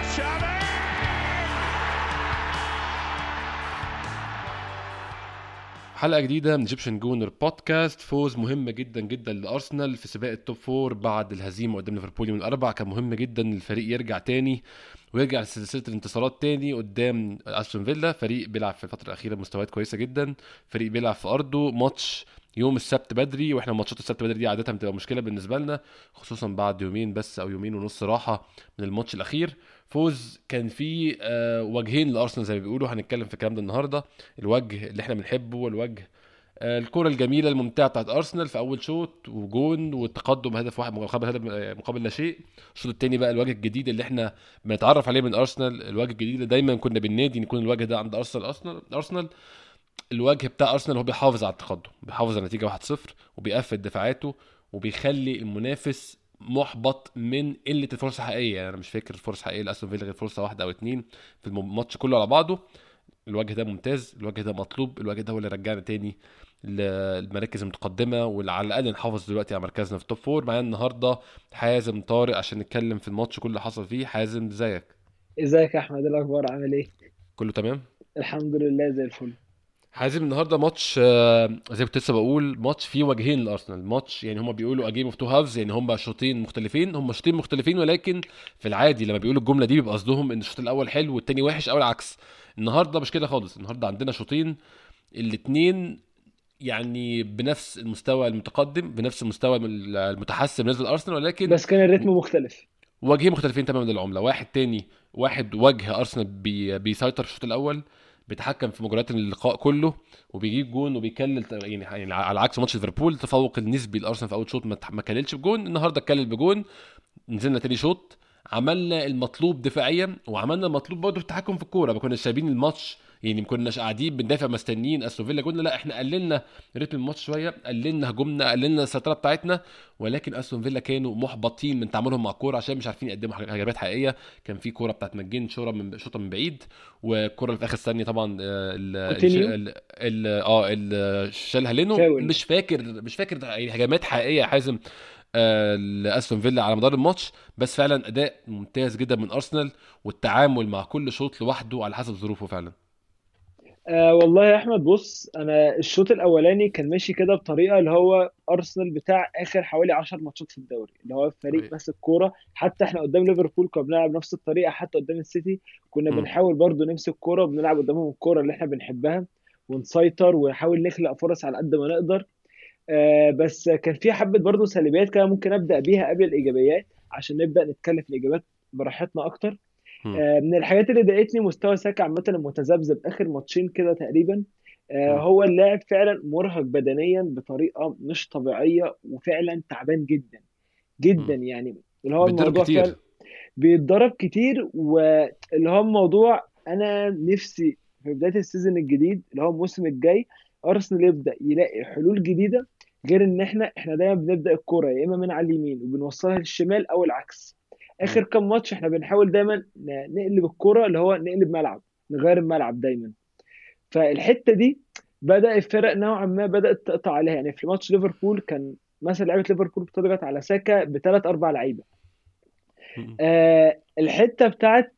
حلقة جديدة من ايجيبشن جونر بودكاست. فوز مهم جدا جدا لأرسنال في سباق التوب فور بعد الهزيمة قدام ليفربول من الأربع. كان مهم جدا الفريق يرجع تاني ويرجع لسلسلة الانتصارات تاني قدام أستون فيلا. فريق بيلعب في الفترة الأخيرة مستويات كويسة جدا، فريق بيلعب في أرضه. ماتش يوم السبت بدري، واحنا ماتشات السبت بدري دي عادة بتبقى مشكلة بالنسبة لنا، خصوصا بعد يومين بس او يومين ونص راحة من الماتش الأخير. فوز كان فيه وجهين لأرسنال زي ما بيقولوا. هنتكلم في الكلام ده النهاردة، الوجه اللي احنا بنحبه والوجه الكرة الجميلة الممتعة بتاعت أرسنال في أول شوط وجون والتقدم هدف واحد مقابل هدف مقابل لا شيء. الشوط الثاني بقى الوجه الجديد اللي احنا بنتعرف عليه من أرسنال، الوجه الجديد اللي دايما كنا بالنادي يكون الوجه ده عند أرسنال. الوجه بتاع أرسنال هو بيحافظ على التقدم، بيحافظ على النتيجة 1-0 وبيقفل دفاعاته وبيخلي المنافس محبط من قلة الفرصة الحقيقية. يعني أنا مش فاكر فرصة حقيقية لأستون فيلا غير فرصة واحدة أو اتنين في الماتش كله على بعضه. الوجه ده ممتاز، الوجه ده مطلوب، الوجه ده هو اللي رجعنا تاني للمراكز المتقدمة، وعلى الأقل نحافظ دلوقتي على مركزنا في التوب فور. معانا النهاردة حازم طارق عشان نتكلم في الماتش كله اللي حصل فيه. حازم ازيك؟ ازيك يا احمد؟ إيه الاخبار؟ عامل ايه؟ كله تمام. الحمد لله زي الفل. حازم النهارده ماتش زي ما كنت لسه بقول، ماتش فيه وجهين لارسنال. ماتش يعني هما بيقولوا اجيم اوف تو هافز، يعني هما شوطين مختلفين، هما شوطين مختلفين، ولكن في العادي لما بيقولوا الجمله دي بيبقى قصدهم ان الشوط الاول حلو والتاني وحش او العكس. النهارده مش كده خالص، النهارده عندنا شوطين الاتنين يعني بنفس المستوى المتقدم، بنفس المستوى المتحسن بالنسبه لارسنال، ولكن بس كان الريتم مختلف. وجهين مختلفين تماما للعمله. واحد تاني، واحد وجه ارسنال بيسيطر في الشوط الاول، بيتحكم في مجريات اللقاء كله وبيجيب جون وبيكلل، يعني على عكس ماتش ليفربول التفوق النسبي لارسنال في اول شوط ما كللش بجون، النهارده اتكلل بجون. نزلنا تاني شوط، عملنا المطلوب دفاعيا وعملنا المطلوب برضه في التحكم في الكوره. ما كناش سايبين الماتش، يعني ما كناش قاعدين بندافع مستنيين استون فيلا جولنا، لا احنا قللنا رتم الماتش شويه، قللنا هجومنا، قللنا السيطره بتاعتنا. ولكن استون فيلا كانوا محبطين من تعاملهم مع الكوره عشان مش عارفين يقدموا هجمات حقيقيه. كان في كوره بتاعت مجين شوطه من بعيد، والكوره اللي في اخر ثانيه طبعا كوتينيو شالها لينو. فاول. مش فاكر يعني هجمات حقيقيه يا حازم لاستون فيلا على مدار الماتش. بس فعلا اداء ممتاز جدا من ارسنال، والتعامل مع كل شوط لوحده على حسب ظروفه فعلا. والله يا احمد، بص، انا الشوط الاولاني كان ماشي كده بطريقه اللي هو ارسنال بتاع اخر حوالي 10 ماتشات في الدوري، اللي هو فريق صحيح. ماسك كوره. حتى احنا قدام ليفربول كنا بنلعب نفس الطريقه، حتى قدام السيتي كنا مم. بنحاول برضو نمسك كوره وبنلعب قدامهم الكوره اللي احنا بنحبها ونسيطر ونحاول نخلق فرص على قد ما نقدر. بس كان في حبة برضو سلبيات كده ممكن أبدأ بيها قبل الإيجابيات عشان نبدأ نتكلم في الإيجابيات براحتنا أكتر. مم. من الحاجات اللي ضايقتني مستوى ساكا عامة المتذبذب آخر ماتشين كده تقريبا. مم. هو اللاعب فعلا مرهق بدنيا بطريقة مش طبيعية، وفعلا تعبان جدا جدا مم. يعني. اللي هو بيتضرب الموضوع كتير. فعلا بيتدرب كتير، واللي هو الموضوع أنا نفسي في بداية السيزون الجديد اللي هو الموسم الجاي أرسنال يبدأ يلاقي حلول جديدة، غير ان احنا دايما بنبدا الكوره يا اما من على اليمين وبنوصلها للشمال او العكس. مم. اخر كام ماتش احنا بنحاول دايما نقلب الكوره، اللي هو نقلب ملعب، نغير الملعب دايما. فالحته دي بدا الفرق نوعا ما بدات تقطع عليها. يعني في ماتش ليفربول كان مثلا لعيبه ليفربول بتضغط على ساكا بثلاث اربع لعيبه. مم. الحته بتاعت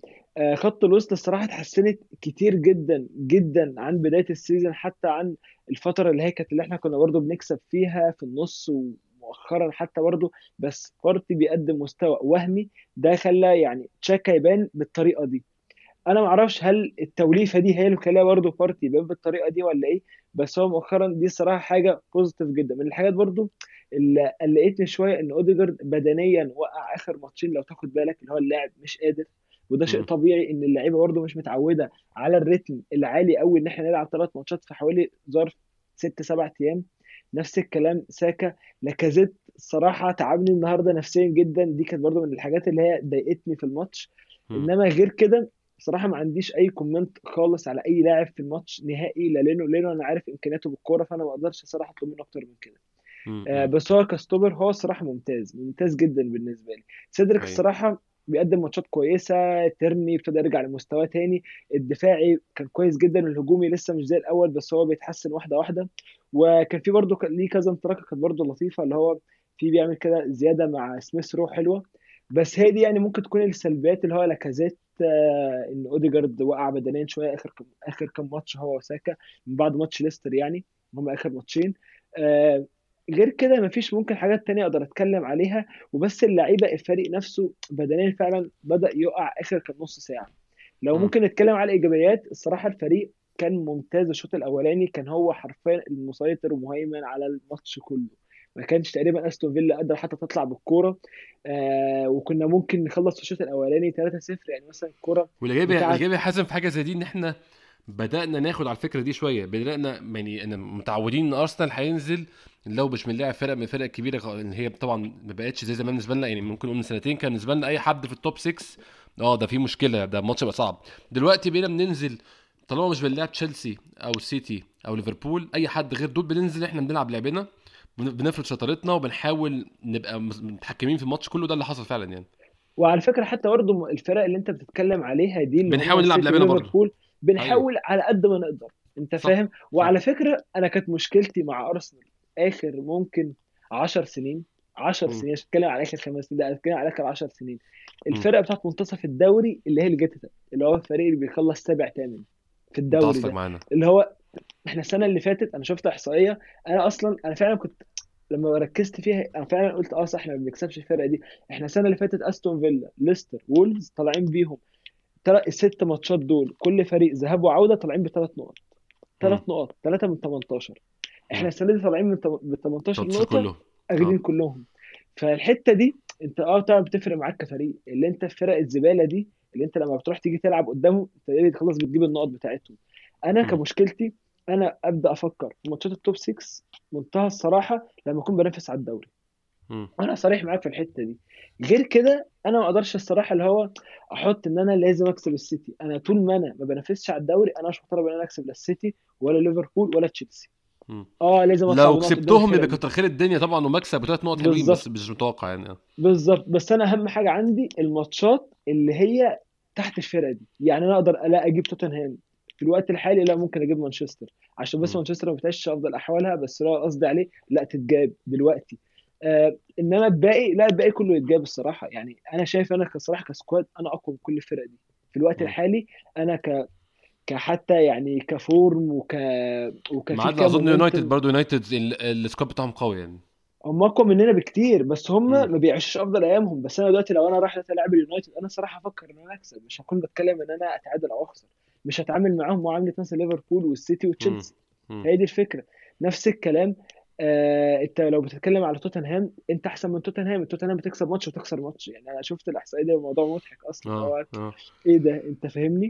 خط الوسط الصراحه اتحسنت كتير جدا جدا عن بدايه السيزون، حتى عن الفتره اللي هي كانت اللي احنا كنا برضو بنكسب فيها في النص ومؤخرا حتى برضو. بس بارتي بيقدم مستوى وهمي، ده خلى يعني تشاكا يبان بالطريقه دي. انا ما اعرفش هل التوليفه دي هي اللي مخليها برضه بارتي يبان بالطريقه دي ولا ايه، بس هو مؤخرا دي صراحه حاجه بوزيتيف جدا. من الحاجات برضه اللي قلقتني شويه ان اوديجارد بدنيا وقع اخر ماتشين، لو تاخد بالك اللي هو اللاعب مش قادر. وده شيء مم. طبيعي ان اللعيبه برضه مش متعوده على الريتم العالي قوي ان احنا نلعب ثلاث ماتشات في حوالي ظرف ست سبع ايام. نفس الكلام ساكا. لاكازيت الصراحه تعبني النهارده نفسيا جدا، دي كانت برضه من الحاجات اللي هي ضايقتني في الماتش. مم. انما غير كده بصراحه ما عنديش اي كومنت خالص على اي لاعب في الماتش نهائي. لا لينو انا عارف امكانياته بالكوره، فانا ما اقدرش صراحه اطلب منه اكتر من كده. مم. بس هو كستوبر هو الصراحه ممتاز ممتاز جدا بالنسبه لي. سيدريك صحيح. الصراحه بيقدم ماتشات كويسه، ترني ابتدى يرجع لمستواه تاني. الدفاعي كان كويس جدا، الهجومي لسه مش زي الاول بس هو بيتحسن واحده واحده. وكان في برضه ليه كذا انطلاقه كانت برضه لطيفه، اللي هو في بيعمل كده زياده مع سميث رو حلوه. بس هي دي يعني ممكن تكون السلبيات، اللي هو لاكازيت، ان اوديجارد وقع بدنيا شويه اخر كام ماتش هو وساكا من بعد ماتش ليستر يعني، هم اخر ماتشين. آه، غير كده مفيش ممكن حاجات تانية اقدر اتكلم عليها. وبس اللعيبه الفريق نفسه بدنيا فعلا بدأ يقع اخر كام نص ساعه. لو مم. ممكن نتكلم على الايجابيات، الصراحه الفريق كان ممتاز الشوط الاولاني، كان هو حرفيا المسيطر ومهيمن على الماتش كله. ما كانش تقريبا استون فيلا قادره حتى تطلع بالكوره. وكنا ممكن نخلص في الشوط الاولاني 3-0 يعني، مثلا الكوره بتاعت. والايجابي حازم في حاجه زي دي، ان احنا بدانا ناخد على الفكره دي شويه، بدانا يعني ان متعودين ان ارسنال هينزل لو مش بنلاعب فرق من الفرق الكبيره، ان هي طبعا ما بقتش زي زمان بالنسبه لنا. يعني ممكن نقول من سنتين كان بالنسبه لنا اي حد في التوب 6 ده في مشكله، ده الماتش بقى صعب. دلوقتي بقينا بننزل طالما مش بنلاعب تشيلسي او سيتي او ليفربول، اي حد غير دول بننزل احنا بنلعب لعبنا، بنفرض شطارتنا وبنحاول نبقى متحكمين في الماتش كله. ده اللي حصل فعلا يعني. وعلى فكره حتى برضه الفرق اللي انت بتتكلم عليها دي، اللي هم بنحاول نلعب السيتي لعبنا برضه. وليفربول، ايوه بنحاول على قد ما نقدر. انت صح فاهم؟ صح. وعلى فكره انا كانت مشكلتي مع ارسنال اخر ممكن 10 سنين، 10 مم. سنين مش بتكلم على اخر 5 سنين، ده بتكلم على اخر 10 سنين. مم. الفرقه بتاعت منتصف الدوري اللي هي الجيتتا، اللي هو الفريق اللي بيخلص سابع ثامن في انت الدوري اصلك ده، معانا. اللي هو احنا السنه اللي فاتت انا شفت احصائيه. انا اصلا انا فعلا كنت لما ركزت فيها انا فعلا قلت اه صح، احنا ما بنكسبش الفرقه دي. احنا السنه اللي فاتت استون فيلا ليستر وولفز طالعين بيهم الست ماتشات دول، كل فريق ذهاب وعوده طالعين بثلاث نقط. مم. 3 نقط، 3 من 18. احنا مم. السنه دي طالعين ب 18 13 نقطه، كله. اه. اخدين كلهم. فالحته دي انت طبعا بتفرق معاك كفريق، اللي انت الفرق الزباله دي اللي انت لما بتروح تيجي تلعب قدامهم انت ايه خلاص بتجيب النقط بتاعتهم. انا مم. كمشكلتي، انا ابدا افكر في ماتشات التوب 6 منتهى الصراحه لما اكون بنافس على الدوري. مم. انا صريح معاك في الحته دي. غير كده انا ما اقدرش الصراحه اللي هو احط ان انا لازم اكسب السيتي. انا طول ما انا ما بنافسش على الدوري انا مش مطالب ان انا اكسب لا السيتي ولا ليفربول ولا تشيلسي. مم. اه لازم اطلع لو بنقط قدام كسبتهم الفرق يبقى دي. كتر خير الدنيا طبعا، ومكسب وثلاث نقط حلوين، بس بالظبط. مش متوقع يعني. بالظبط، بس انا اهم حاجه عندي الماتشات اللي هي تحت الفرقه دي. يعني انا اقدر لا اجيب توتنهام في الوقت الحالي، لا ممكن اجيب مانشستر عشان بس مم. مانشستر ما بتعيش افضل احوالها، بس لو قصدي عليه لا تتجاب دلوقتي. انما الباقي لا، الباقي كله يتجاب الصراحه. يعني انا شايف انا كصراحه كسكواد انا اقوى من كل الفرق دي في الوقت مم. الحالي. انا كحتى يعني كفورم ما وكفي عدا كام اظن يونايتد، مومنتم. برضو يونايتد السكواد بتاعهم قوي يعني. هم اقوى مننا بكتير، بس هم مم. ما بيعيشوش افضل ايامهم. بس انا دلوقتي لو انا رايح العب اليونايتد انا صراحه افكر ان انا اكسب، مش هكون بتكلم ان انا اتعادل او اخسر. مش هتعامل معاهم معامله مثلا ليفربول والسيتي مم. وتشيلسي. مم. هي دي الفكره. نفس الكلام. انت لو بتتكلم على توتنهام انت احسن من توتنهام. توتنهام بتكسب ماتش وتخسر ماتش. يعني انا شفت الاحصائيه دي الموضوع مضحك اصلا، اللي اه هو اه. ايه ده، انت فاهمني؟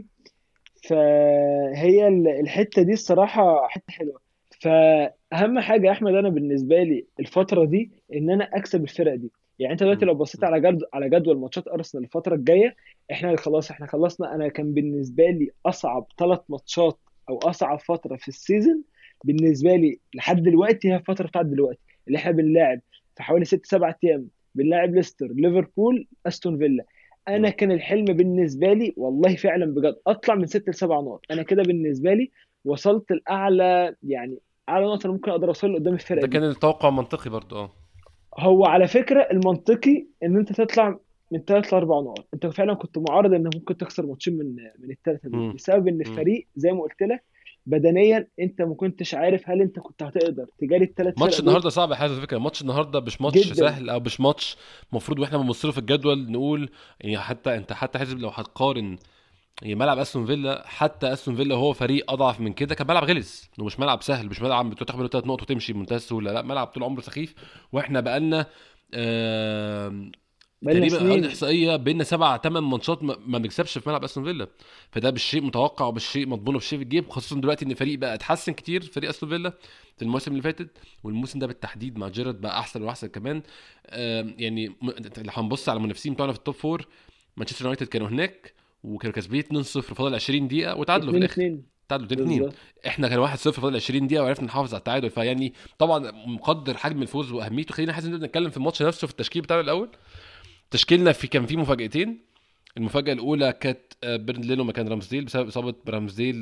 فهي الحته دي الصراحه حته حلوه. فاهم حاجه يا احمد، انا بالنسبه لي الفتره دي ان انا اكسب الفرق دي. يعني انت دلوقتي مم. لو بصيت مم. على على جدول ماتشات ارسنال الفتره الجايه، احنا خلاص احنا خلصنا. انا كان بالنسبه لي اصعب 3 ماتشات او اصعب فتره في السيزون بالنسبه لي لحد دلوقتي هي الفتره بتاعت دلوقتي اللي احنا بنلاعب في حوالي 6 7 ايام. بنلاعب ليستر، ليفربول، استون فيلا. انا مم. كان الحلم بالنسبه لي والله فعلا بجد اطلع من 6 ل7 نقط. انا كده بالنسبه لي وصلت لاعلى يعني اعلى نقطه انا ممكن اقدر اوصل قدام الفرقه ده دي. كان التوقع منطقي برضو اه. هو على فكره المنطقي ان انت تطلع من 3 ل4 نقط. انت فعلا كنت معرض انك ممكن تخسر ماتشين من الثلاثه دول مم. بسبب ان مم. الفريق زي ما قلت لك بدنيا انت ما كنتش عارف هل انت كنت هتقدر تجاري الثلاث فرق ماتش دول. النهارده صعب يا حازم. فكره ماتش النهارده مش ماتش جدا. سهل، او مش ماتش المفروض واحنا بنبص له في الجدول نقول يعني. حتى انت حتى حازم لو هتقارن يعني ملعب استون فيلا، حتى استون فيلا هو فريق اضعف من كده، كان ملعب غلس ومش ملعب سهل، مش ملعب بتاخد منه 3 نقط وتمشي بمنتهى السهوله، لا ملعب طول عمره سخيف. واحنا بقالنا آه بقالنا تقريبا اقل سنين. احصائيه بينا 7 8 ماتشات ما بنكسبش في ملعب استون فيلا. فده بالشيء متوقع وبالشيء مضمون وبالشيء في الجيب، خاصه دلوقتي ان الفريق بقى اتحسن كتير، فريق استون فيلا في الموسم اللي فاتت والموسم ده بالتحديد مع جيرارد بقى احسن واحسن كمان. يعني لو هنبص على المنافسين بتوعنا في التوب فور، مانشستر يونايتد كانوا هناك وكانوا كاسبين 2-0 فاضل 20 دقيقه وتعادلوا في 2 الاخر. 2 تعادلوا 2-2. بالظبط. احنا كان 1-0 فاضل 20 دقيقه وعرفنا نحافظ على التعادل. فيعني طبعا مقدر حجم الفوز واهميته. خلينا حاسس ان نتكلم في الماتش نفسه في التشكيل بتاعنا الاول. تشكيلنا كان فيه مفاجاتين. المفاجاه الاولى كانت بيرن لينو مكان رامسديل بسبب اصابه رامسديل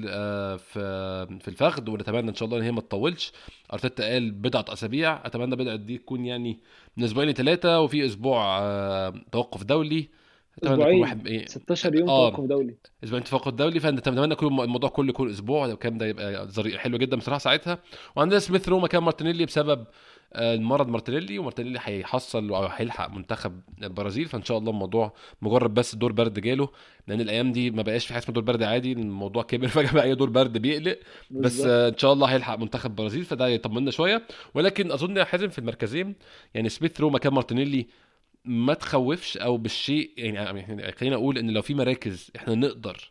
في الفخذ، ونتمنى ان شاء الله ان هي ما تطولش. ارتيتا قال بضعه اسابيع، اتمنى بضعه دي تكون يعني من اسبوعين لثلاثه، وفي اسبوع توقف دولي. اتمنى يكون اسبوعين، واحد ايه. 16 يوم اه توقف دولي. اسبوعين توقف دولي، فنتمنى يكون الموضوع كله يكون اسبوع، لو كان ده يبقى حلو جدا بصراحه ساعتها. وعندنا سميث رو مكان مارتينيلي بسبب المرض مارتينيلي، ومارتينيلي هيحصل او هيلحق منتخب البرازيل، فان شاء الله الموضوع مجرد بس دور برد جاله، لان الايام دي ما بقاش في حاجه اسمها دور برد عادي، الموضوع كبر فجاه بقى اي دور برد بيقلق. بس بالظبط. ان شاء الله هيلحق منتخب البرازيل، فده يطمنا شويه. ولكن اظن يا حازم في المركزين يعني سميث رو مكان مارتينيلي ما تخوفش او بالشيء يعني خلينا اقول ان لو في مراكز احنا نقدر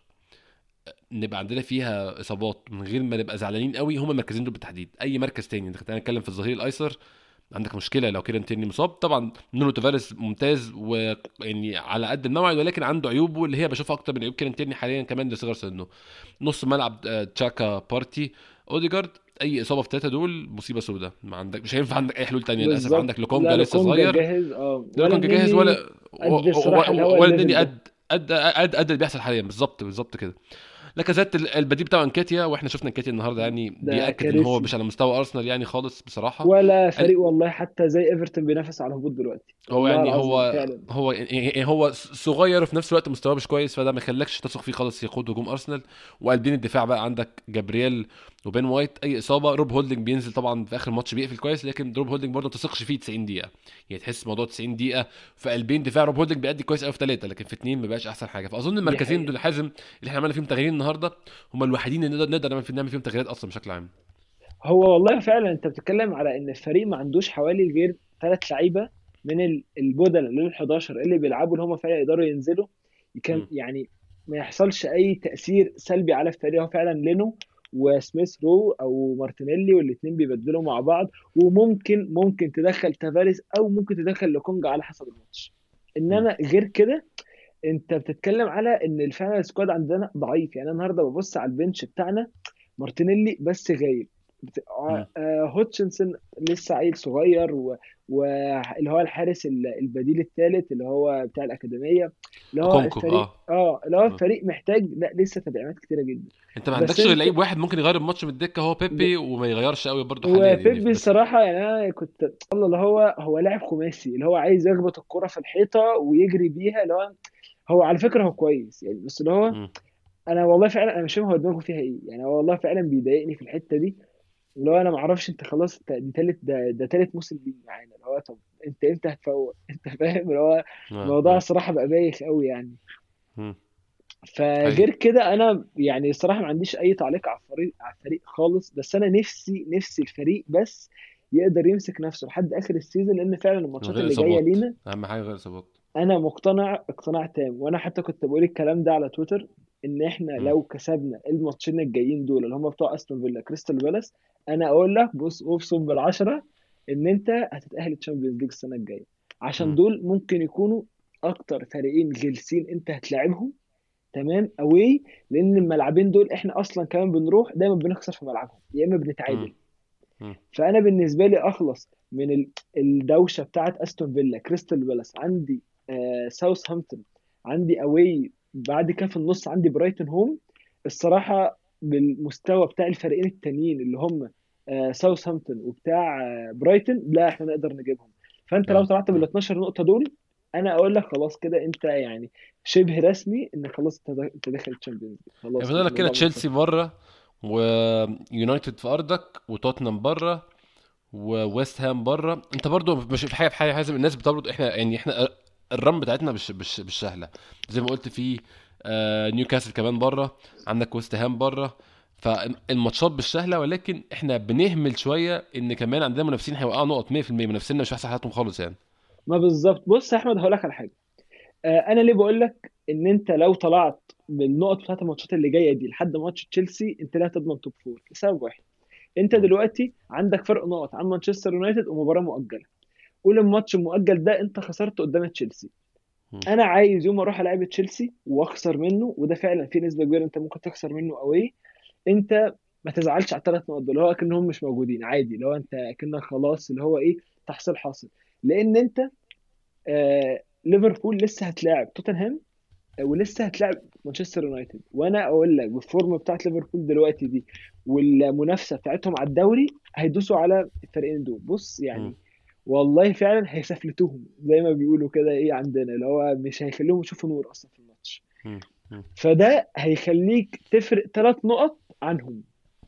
نبقى عندنا فيها اصابات من غير ما نبقى زعلانين قوي، هم المركزين دول بالتحديد. اي مركز تاني انت خلينا نتكلم في الظهير الايسر، عندك مشكله لو كيران تيرني مصاب. طبعا نونو تافاريس ممتاز ويعني على قد الموعد، ولكن عنده عيوبه اللي هي بشوفها اكتر من عيوب كيران تيرني حاليا كمان لصغر سنه. نص ملعب تشاكا، بارتي، اوديجارد، اي اصابه في الثلاثه دول مصيبه سوداء، ما عندك مش هينفع عندك اي حلول تانية للاسف. بالظبط. عندك لا لوكونجا لسه لوكونجا صغير، جاهز، لا ولا لوكونجا جاهز ولا النني قد الصراحه اللي هو ولا الليفل الدنيا ده. قد اللي بيحصل حاليا، بالظبط كده. لاكازيت البديل بتاعه انكاتيا، واحنا شفنا انكاتيا النهارده يعني ده بياكد ان هو كارثي. مش على مستوى ارسنال يعني خالص بصراحه. ولا ال- فريق والله، حتى زي ايفرتون بينافس على الهبوط دلوقتي، هو والله يعني العظيم هو فعلا. هو صغير وفي نفس الوقت مستواه مش كويس، فده ما يخليكش تثق فيه خالص يقود هجوم ارسنال. وقلبين الدفاع بقى عندك جابرييل وبين وايت، اي اصابه. روب هولدنج بينزل طبعا في اخر ماتش بيقفل كويس، لكن روب هولدنج برضه ما تثقش فيه 90 دقيقه، يعني تحس موضوع 90 دقيقه في قلبين دفاع. روب هولدنج بيأدي كويس قوي في ثلاثه، لكن في اثنين ما بقاش احسن حاجه. فاظن دي المركزين حقيقه. دول حازم اللي احنا عملنا فيهم تغييرين النهارده هم الوحيدين اللي نقدر نعمل فيهم تغييرات اصلا بشكل عام. هو والله فعلا انت بتتكلم على ان الفريق ما عندوش حوالي غير 3 لعيبه من البودلة اللي 11 اللي بيلعبوا، اللي هم فعلا يقدروا ينزلوا، كان مم. يعني ما يحصلش اي تاثير سلبي على الفريق. هو فعلا لينو وسميث رو او مارتينيلي، والاثنين بيبدلوا مع بعض. وممكن تدخل تافاريز او ممكن تدخل لوكونجا على حسب الماتش. مم. انما غير كده انت بتتكلم على ان فعلا السكواد عندنا ضعيف. يعني انا النهارده ببص على البنش بتاعنا، مارتينيلي بس غايب، مم. هوتشنسون لسه عيل صغير، واللي هو الحارس البديل الثالث اللي هو بتاع الأكاديمية. اللي هو كونكو الفريق اللي هو آه. الفريق محتاج، لا لسه تدعيمات كتيرة جدا. انت ما بس عندكش غير انت لعيب واحد ممكن يغير الماتش من الدكه، هو بيبي، وما يغيرش قوي برضه حاليا يعني وبيبي بس. الصراحة يعني أنا كنت الله، اللي هو لاعب خماسي، اللي هو عايز يخبط الكرة في الحيطة ويجري بيها. اللي هو على فكرة هو كويس يعني، بس اللي هو مم. أنا والله فعلا أنا مش فاهم هو دماغه فيها إيه. يعني هو والله فعلا بيضايقني في الحتة دي. اللي هو انا ما اعرفش، انت خلاص دي تالت، ده تالت موسم ليه معانا. اللي هو طب انت امتى هتفوق؟ انت فاهم؟ اللي هو آه. الموضوع آه. الصراحه بقى بايخ قوي يعني. مم. فغير حقيقي. كده انا يعني الصراحه ما عنديش اي تعليق على الفريق خالص. بس انا نفسي الفريق بس يقدر يمسك نفسه لحد اخر السيزون، لان فعلا من الماتشات غير اللي جايه اصابات، لينا اهم حاجه غير اصابات. انا مقتنع اقتناع تام. وانا حتى كنت بقول الكلام ده على تويتر، ان احنا مم. لو كسبنا الماتشين الجايين دول اللي هم بتوع استون فيلا كريستال بالاس، انا اقول لك بص ابصم بالعشره ان انت هتتاهل تشامبيونز ليج السنه الجايه. عشان مم. دول ممكن يكونوا اكتر فريقين غلسين انت هتلاعبهم، تمام اوي. لان الملعبين دول احنا اصلا كمان بنروح دايما بنخسر في ملعبهم يا اما مم. بنتعادل. مم. فانا بالنسبه لي اخلص من الدوشه بتاعت استون فيلا كريستال بالاس، عندي ساوثهامبتون، عندي اواي، بعد كده في النص عندي برايتون هوم. الصراحه بالمستوى بتاع الفريقين التانيين اللي هم ساوثهامبتون وبتاع برايتون، لا احنا نقدر نجيبهم. فانت لو اه. طلعت بال مم. 12 نقطه دول، انا اقول لك خلاص كده انت يعني شبه رسمي ان خلاص انت داخل الشامبيونز ليج، يعني خلاص فاضل كده لك كده الموضوع تشيلسي منتهي. بره، ويونايتد في ارضك، وتوتنهام بره، وويست هام بره. انت برضو مش في حاجه حازم، الناس بتبرد احنا يعني احنا الرم بتاعتنا مش سهله، زي ما قلت في نيوكاسل كمان بره، عندك ويست هام بره. فالماتشات مش سهله، ولكن احنا بنهمل شويه ان كمان عندنا منافسين هيوقعوا نقط 100%، منافسينا مش في احسن حالاتهم خالص يعني. ما بالظبط. بص يا احمد هقول لك على حاجه. انا ليه بقول لك ان انت لو طلعت بالنقط بتاعت الماتشات اللي جايه دي لحد ماتش تشيلسي انت لا تضمن توب فور لسبب واحد. انت مم. دلوقتي عندك فرق نقط عن مانشستر يونايتد ومباراه مؤجله. قول الماتش المؤجل ده انت خسرت قدام تشيلسي، مم. انا عايز يوم اروح العب تشيلسي واخسر منه، وده فعلا في نسبه كبيره انت ممكن تخسر منه قوي. انت ما تزعلش على ال3 نقط دول، اللي هو كأنهم مش موجودين عادي، اللي هو انت كأنك خلاص اللي هو ايه، تحصيل حاصل. لان انت ليفربول لسه هتلاعب توتنهام، ولسه هتلعب مانشستر يونايتد. وانا اقول لك بالفورم بتاعت ليفربول دلوقتي دي والمنافسه بتاعتهم على الدوري، هيدوسوا على الفريقين دول. بص مم. يعني والله فعلا هيسفلتوهم زي ما بيقولوا كده ايه عندنا، اللي هو مش هيخليهم يشوفوا نور اصلا في الماتش. مم. مم. فده هيخليك تفرق 3 نقط عنهم.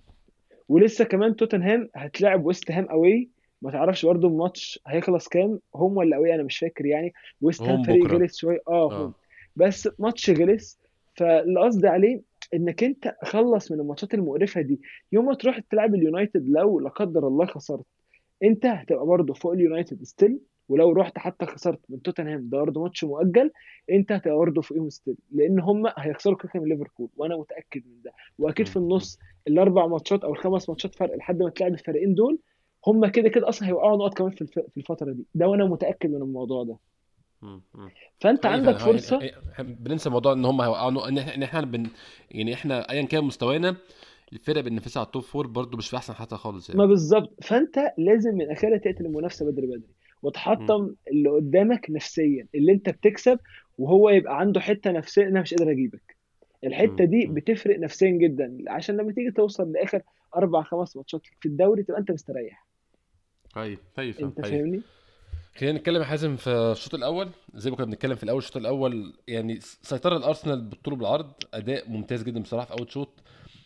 ولسه كمان توتنهام هتلاعب ويست هام اوي. ما تعرفش برضه الماتش هيخلص كام، هوم ولا اوي، انا مش فاكر يعني. ويست هام هم فريق بكره. غلس شويه هوم، اه. بس ماتش غلس. فاللي قصدي عليه انك انت خلص من الماتشات المقرفه دي. يوم ما تروح تلعب اليونايتد لو لا قدر الله خسرت، انت هتبقى برضه فوق اليونايتد ستيل. ولو رحت حتى خسرت من توتنهام ده برضه ماتش مؤجل، انت هتبقى برضه فوقيهم ستيل، لان هم هيخسروا كده كده من ليفربول وانا متاكد من ده. واكيد مم. في مم. النص ال4 ماتشات او ال5 ماتشات فرق لحد ما تلعب الفريقين دول، هم كده كده اصلا هيوقعوا نقط كمان في الفتره دي. ده وانا متاكد من الموضوع ده. مم. مم. فانت حقيقي عندك فعلا. هو يعني فرصه. إحنا بننسى موضوع ان هم هيوقعوا ان احنا يعني احنا ايا كان مستوانا، الفرق بننافسها على التوب فور برضو مش في احسن حتى خالص يعني. ما بالظبط، فانت لازم من اخرها تقتل المنافسه بدري بدري، مم. وتحطم اللي قدامك نفسيا اللي انت بتكسب، وهو يبقى عنده حته نفسيه انا مش قادر اجيبك. الحته مم. دي مم. بتفرق نفسيا جدا، عشان لما تيجي توصل لاخر 4 5 ماتشات في الدوري تبقى انت مستريح. هاي فاهم انت هاي. فاهمني؟ خلينا نتكلم يا حازم في الشوط الاول. زي ما كنا بنتكلم في الاول، الشوط الاول يعني سيطره الارسنال بالطول وبالعرض، اداء ممتاز جدا بصراحه في اول شوط.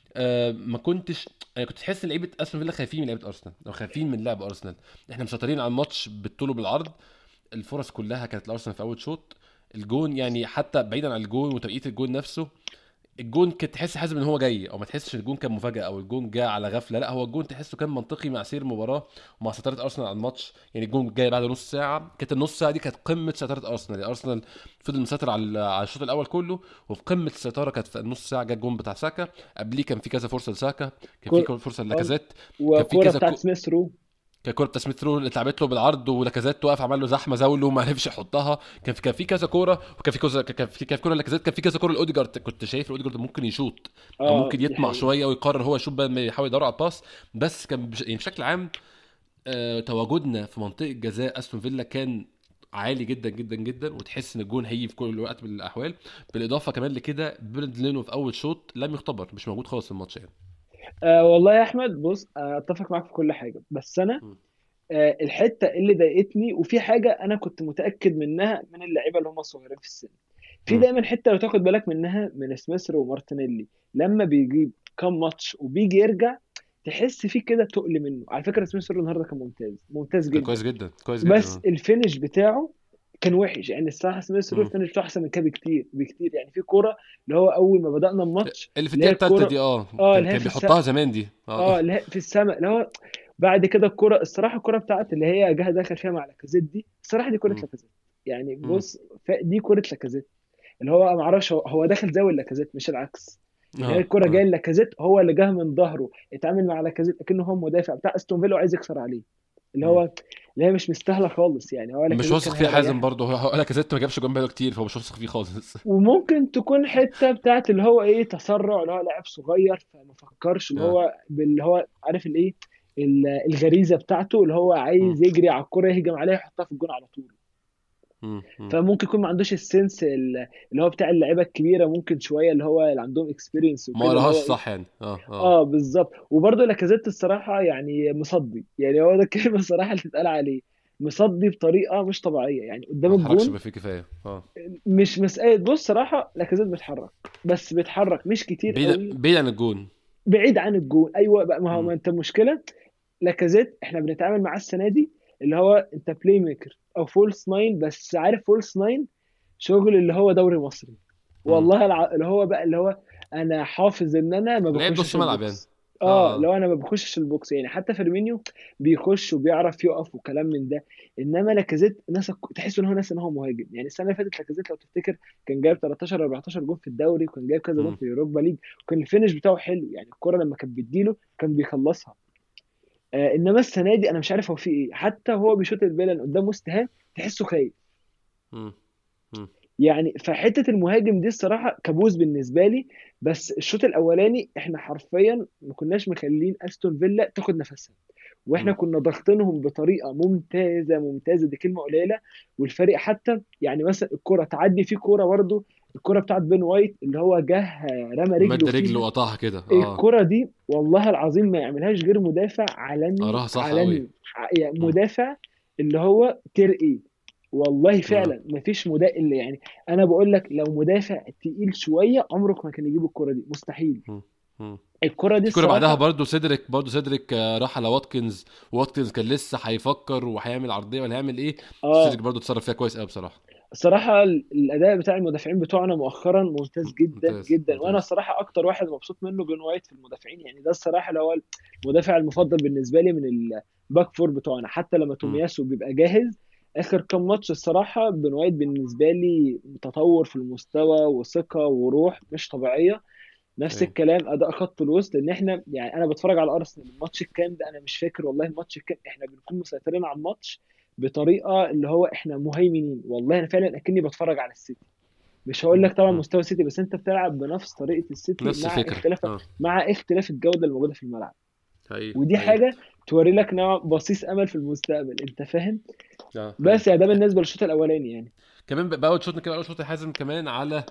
ما كنتش يعني كنت تحس لعيبه استون فيلا خايفين من لعيبه ارسنال او خايفين من لعب ارسنال. احنا مسيطرين على الماتش بالطول وبالعرض، الفرص كلها كانت الارسنال في اول شوط. الجون يعني حتى بعيدا عن الجون وتوقيت الجون نفسه، الجون كنت تحس حازم ان هو جاي، او ما تحسش الجون كان مفاجاه او الجون جاء على غفله. لا، هو الجون تحسه كان منطقي مع سير المباراه ومع سيطره ارسنال على الماتش. يعني الجون جاي بعد نص ساعه، كانت النص ساعه دي كانت قمه سيطره ارسنال. يعني ارسنال فضل مسيطر على الشوط الاول كله، وفي قمه السيطره كانت في النص ساعه جه الجون بتاع ساكا. قبليه كان في كذا فرصه لساكا، كان في كور... كذا فرصه آه، للاكازيت، كان في وكوره كذا بتاعت سميث رو. ككوره بتاع سميث رو اللي اتلعبت له بالعرض ولاكازيت وقف عمل له زحمه زاوله وما عرفش يحطها. كان في كذا كوره، وكان في كذا كان في كوره لاكازيت، كان في كذا كوره لاوديجارد. كنت شايف اوديجارد ممكن يشوط او ممكن دي يطمع حقيقه. شويه ويقرر هو يشوط بدل ما يحاول يدور على الباس. بس كان يعني بشكل عام تواجدنا في منطقه جزاء استون فيلا كان عالي جدا جدا جدا، وتحس ان الجون هيجي في كل وقت من الاحوال. بالاضافه كمان لكده بيرد لينو في اول شوط لم يختبر، مش موجود خالص في الماتش يعني. والله يا احمد بص، اتفق معاك في كل حاجه، بس انا م. الحته اللي ضايقتني، وفي حاجه انا كنت متاكد منها من اللعيبه اللي هم صغيرين في السن. في م. دايما حته لو تاخد بالك منها من سميثرو ومارتينيلي، لما بيجيب كام ماتش وبيجي يرجع تحس فيه كده تقل منه. على فكره سميثرو النهارده كان ممتاز ممتاز كان كويس جدا، جدا كويس جدا بس الفينش بتاعه كان وحش. يعني الصراحه سميثرو م. الفينش بتاعه احسن من كده بكتير بكتير. يعني في كوره اللي هو اول ما بدانا الماتش، اللي في اللي هي الدقيقه الثالثه الكوره دي كان اللي هي كان في بيحطها زمان دي اللي هي في السماء، اللي هو بعد كده الكرة الصراحة، الكرة بتاعت اللي هي جه دخل فيها مع لاكازيت دي، الصراحة دي كرة مم. لاكازيت. يعني مم. بص، دي كرة لاكازيت. اللي هو ما اعرفش هو داخل زاوية لاكازيت مش العكس. يعني هي اه الكرة اه جاية لاكازيت، هو اللي جه من ظهره اتعامل مع لاكازيت اكنه هو مدافع بتاع استون فيلا وعايز يكسر عليه. اللي مم. هو اللي هي مش مستاهلة خالص. يعني هو مش لاكازيت واثق كان فيه حازم هيريحها. برضه. هو لاكازيت ما جابش جون بقاله كتير، فهو مش واثق فيه خالص. وممكن تكون حته بتاعت اللي هو ايه تسرع، اللي هو لاعب صغير فما فكرش، اللي اه. هو اللي هو عارف الايه، الغريزه بتاعته اللي هو مم. عايز يجري على الكره يهجم عليها يحطها في الجون على طول. مم. مم. فممكن يكون ما عندوش السنس اللي هو بتاع اللعيبه الكبيره، ممكن شويه اللي هو اللي عندهم اكسبيرينس ما وكده اللي قراهاش هو ايه. صح يعني. اه. اه بالظبط. وبرضه لاكازيت الصراحه يعني مصدي، يعني هو ده الكلمه الصراحه اللي تتقال عليه. مصدي بطريقه مش طبيعيه يعني قدام ما اتحركش الجون. بما فيه كفايه مش مسألة، بص صراحة لاكازيت بيتحرك، بس بيتحرك مش كتير بعيد قوي. بعيد عن الجون. بعيد عن الجون، ايوه بقى. ما هو مم. ما انت المشكله لاكازيت احنا بنتعامل معاه السنه دي اللي هو انت بلاي ميكر او فولس ناين، بس عارف فولس ناين شغل اللي هو دوري مصري. مم. والله اللي هو بقى اللي هو انا حافظ ان انا ما لعيب بخشش نص ملعب يعني. البوكس. اه اه. لو انا ما بخشش البوكس، يعني حتى فيرمينيو بيخش وبيعرف يقف وكلام من ده. انما لاكازيت ناس تحس ان هو ناس ان هو مهاجم. يعني السنه اللي فاتت لاكازيت لو تفتكر كان جايب 13 14 جون في الدوري، وكان جايب كذا جون مم. في اليوروبا ليج، وكان الفينش بتاعه حلو. يعني الكرة لما كان بتجيله كان بيخلصها. انما السنه دي انا مش عارف هو في ايه، حتى هو بيشوط البيلن قدام وست هام تحسه خايف. مم. مم. يعني فحته المهاجم دي الصراحه كابوس بالنسبه لي. بس الشوط الاولاني احنا حرفيا ما كناش مخلين استون فيلا تاخد نفسها، واحنا مم. كنا ضاغطينهم بطريقه ممتازه ممتازه، دي كلمه قليله. والفريق حتى يعني مثلا الكره تعدي في كوره برضه الكرة بتاعت بين وايت اللي هو جه رمى مد رجله رجله فيها. وقطعها كده الكرة دي والله العظيم ما يعملهاش غير مدافع عالمي اراها صح قوي. عالمي، يعني مدافع اللي هو ترقي. والله اه. فعلا ما فيش مدافع اللي يعني، انا بقول لك لو مدافع تقيل شويه عمرك ما كان يجيب الكرة دي، مستحيل. مم. مم. الكرة دي في كوره بعدها الصراحه، برضو سيدريك راح على واتكنز، واتكنز كان لسه هيفكر وهيعمل عرضيه ولا هيعمل ايه. سيدريك اه برضو اتصرف فيها كويس قوي بصراحه. الصراحه الاداء بتاع المدافعين بتوعنا مؤخرا ممتاز جدا ممتاز جدا، وانا ممتاز. الصراحه اكتر واحد مبسوط منه بين وايت في المدافعين، يعني ده الصراحه اللي هو المدافع المفضل بالنسبه لي من الباك فور بتوعنا. حتى لما مم. تومياسو بيبقى جاهز اخر كام ماتش الصراحه بين وايت بالنسبه لي تطور في المستوى وثقه وروح مش طبيعيه. نفس ايوه. الكلام اداء خط الوسط، لان احنا يعني انا بتفرج على ارسنال الماتش الكام ده انا مش فاكر والله الماتش الكام، احنا بنكون مسيطرين على الماتش بطريقه اللي هو احنا مهيمنين، والله انا فعلا اكني بتفرج على السيتي. مش هقول مم. لك طبعا مم. مستوى السيتي، بس انت بتلعب بنفس طريقه السيتي نفس مع الفكره اختلاف، اه. الجوده الموجوده في الملعب. حقيقي ودي حقيقي. حاجه توري لك نوع بصيص امل في المستقبل، انت فاهم. اه حقيقي. بس يعني ده بالنسبه للشوط الاولاني يعني. كمان باول شوط كده، اول شوط حازم كمان على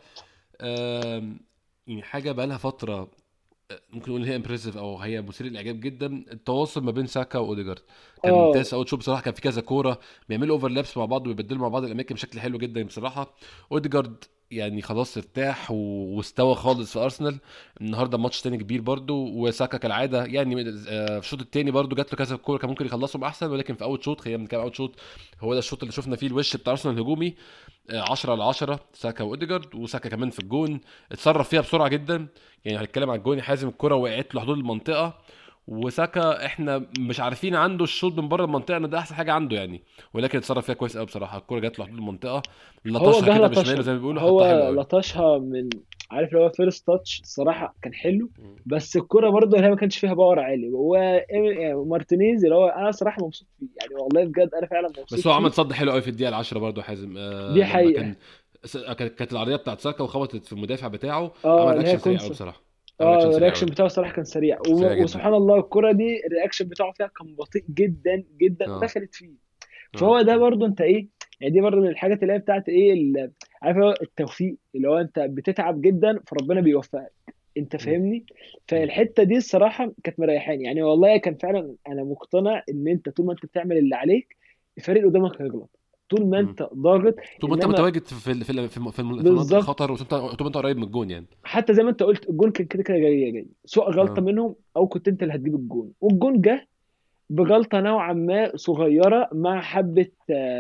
يعني حاجه بقى لها فتره، ممكن نقول هي امبرسيف او هي مثير للاعجاب جدا. التواصل ما بين ساكا واوديجارد كان اه ممتاز. اول شوط بصراحه كان في كذا كوره بيعملوا اوفرلابس مع بعض وبيبدلوا مع بعض الاماكن بشكل حلو جدا بصراحه. اوديجارد يعني خلاص ارتاح واستوى خالص في ارسنال. النهارده ماتش تاني كبير برضو، وساكا كالعاده يعني في الشوط التاني برضو جات له كذا كوره كان ممكن يخلصهم احسن، ولكن في اول شوط خلينا بنتكلم اول شوط، هو ده الشوط اللي شفنا فيه الوش بتاع ارسنال الهجومي. 10 على 10 ساكا واوديجارد، وساكا كمان في الجون اتصرف فيها بسرعه جدا. يعني هنتكلم على الجون، حازم الكره وقعت له حدود المنطقه، وساكا احنا مش عارفين عنده الشوط من بره المنطقه ان ده احسن حاجه عنده يعني، ولكن اتصرف فيها كويس قوي بصراحه. الكره جات له حدود المنطقه، هو لطشها جه كده بشماله لطشها، زي ما بيقولوا، حطها حلو هو قوي. لطشها من، عارف اللي هو فيرست تاتش الصراحه كان حلو. بس الكرة برضه اللي هي ما كانش فيها باور عالي، هو يعني مارتينيز اللي هو انا صراحه مبسوط فيه يعني، والله بجد انا فعلا بس مبسوط هو فيه. عمل صد حلو قوي في الدقيقه العشرة برضه حازم، دي لما حقيقه. كان كانت العرضيه بتاعت ساكا وخبطت في المدافع بتاعه. اه عمل اللي هي رياكشن سريع قوي كونسا. بصراحه. عمل رياكشن اه سريع الرياكشن قوي. بتاعه الصراحه كان سريع، سريع جدا. وسبحان الله الكرة دي الرياكشن بتاعه فيها كان بطيء جدا جدا اه ودخلت فيه. اه فهو ده برضه انت ايه، يعني دي برضه من الحاجات اللي هي بتاعت ايه عارف هو التوفيق اللي هو انت بتتعب جدا فربنا بيوفقك، انت م- فاهمني. م. فالحته دي الصراحه كانت مريحاني يعني، والله كان فعلا انا مقتنع ان انت طول ما انت بتعمل اللي عليك الفريق اللي قدامك هيغلط طول ما م. انت ضاغط. طول ما انت انما متواجد في مناطق بالظبط، الخطر، وطول ما انت قريب من الجون يعني. حتى زي ما انت قلت الجون كان كده كده جاي سواء غلطه اه منهم او كنت انت اللي هتجيب الجون، والجون جه بغلطه نوعا ما صغيره مع حبه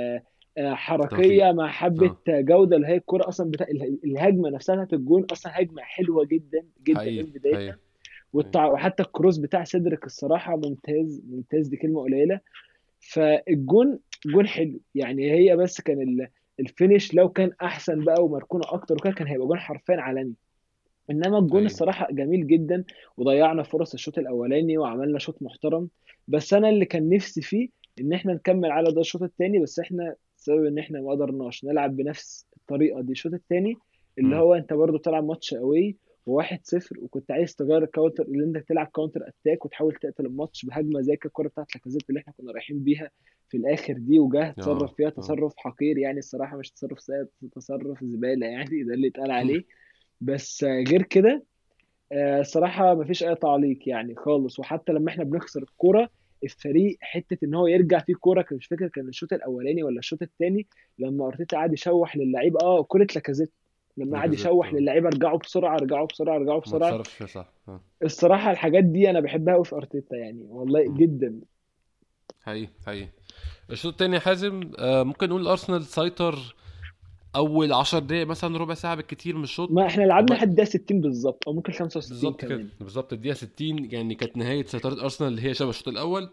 توفيق. حركيه مع حبه اه جوده، اللي هي الكره اصلا بتاع الهجمه نفسها بتاعت الجون اصلا هجمه حلوه جدا جدا حقيقي من بدايتها. حقيقي حقيقي. وحتى الكروس بتاع سيدريك الصراحه ممتاز ممتاز، دي كلمه قليله. فالجون جون حلو يعني، هي بس كان الفينش لو كان احسن بقى ومركونه اكتر وكده كان هيبقى جون حرفيا عالمي. انما الجون حقيقي. الصراحه جميل جدا، وضيعنا فرص الشوط الاولاني وعملنا شوط محترم. بس انا اللي كان نفسي فيه ان احنا نكمل على ده الشوط الثاني، بس احنا بسبب ان احنا ما قدرناش نلعب بنفس الطريقه دي الشوط الثاني، اللي مم. هو انت برضو بتلعب ماتش قوي وواحد صفر، وكنت عايز تغير الكاونتر اللي انت تلعب كاونتر اتاك وتحاول تقتل الماتش بهجمه زي الكره بتاعت لاكازيت اللي احنا كنا رايحين بيها في الاخر دي، وجاه تصرف اه فيها اه تصرف حقير يعني الصراحه، مش تصرف سيء، تصرف زباله يعني ده اللي اتقال عليه. بس غير كده الصراحة مفيش أي تعليق يعني خالص. وحتى لما احنا بنخسر الكورة الفريق حتة إن هو يرجع فيه كورة، كان مش فاكر كان الشوط الأولاني ولا الشوط الثاني، لما أرتيتا قعد يشوح للعيبة كورة لاكازيت، لما قعد لاكازيت يشوح اه. للعيبة ارجعوا بسرعة ارجعوا بسرعة ارجعوا ما بسرعة. تصرفش فيها صح اه. الصراحة الحاجات دي أنا بحبها أوي في أرتيتا يعني، والله مم. جدا. حقيقي حقيقي. الشوط التاني يا حازم، ممكن نقول ارسنال سيطر اول 10 دقايق مثلا، ربع ساعه بالكتير من ما الشوط. احنا لعبنا لحد الدقيقة 60 بالظبط أو ممكن 65 بالظبط كده، كمان. بالظبط الدقيقه 60 يعني كانت نهايه سيطره ارسنال اللي هي شبه الشوط الاول.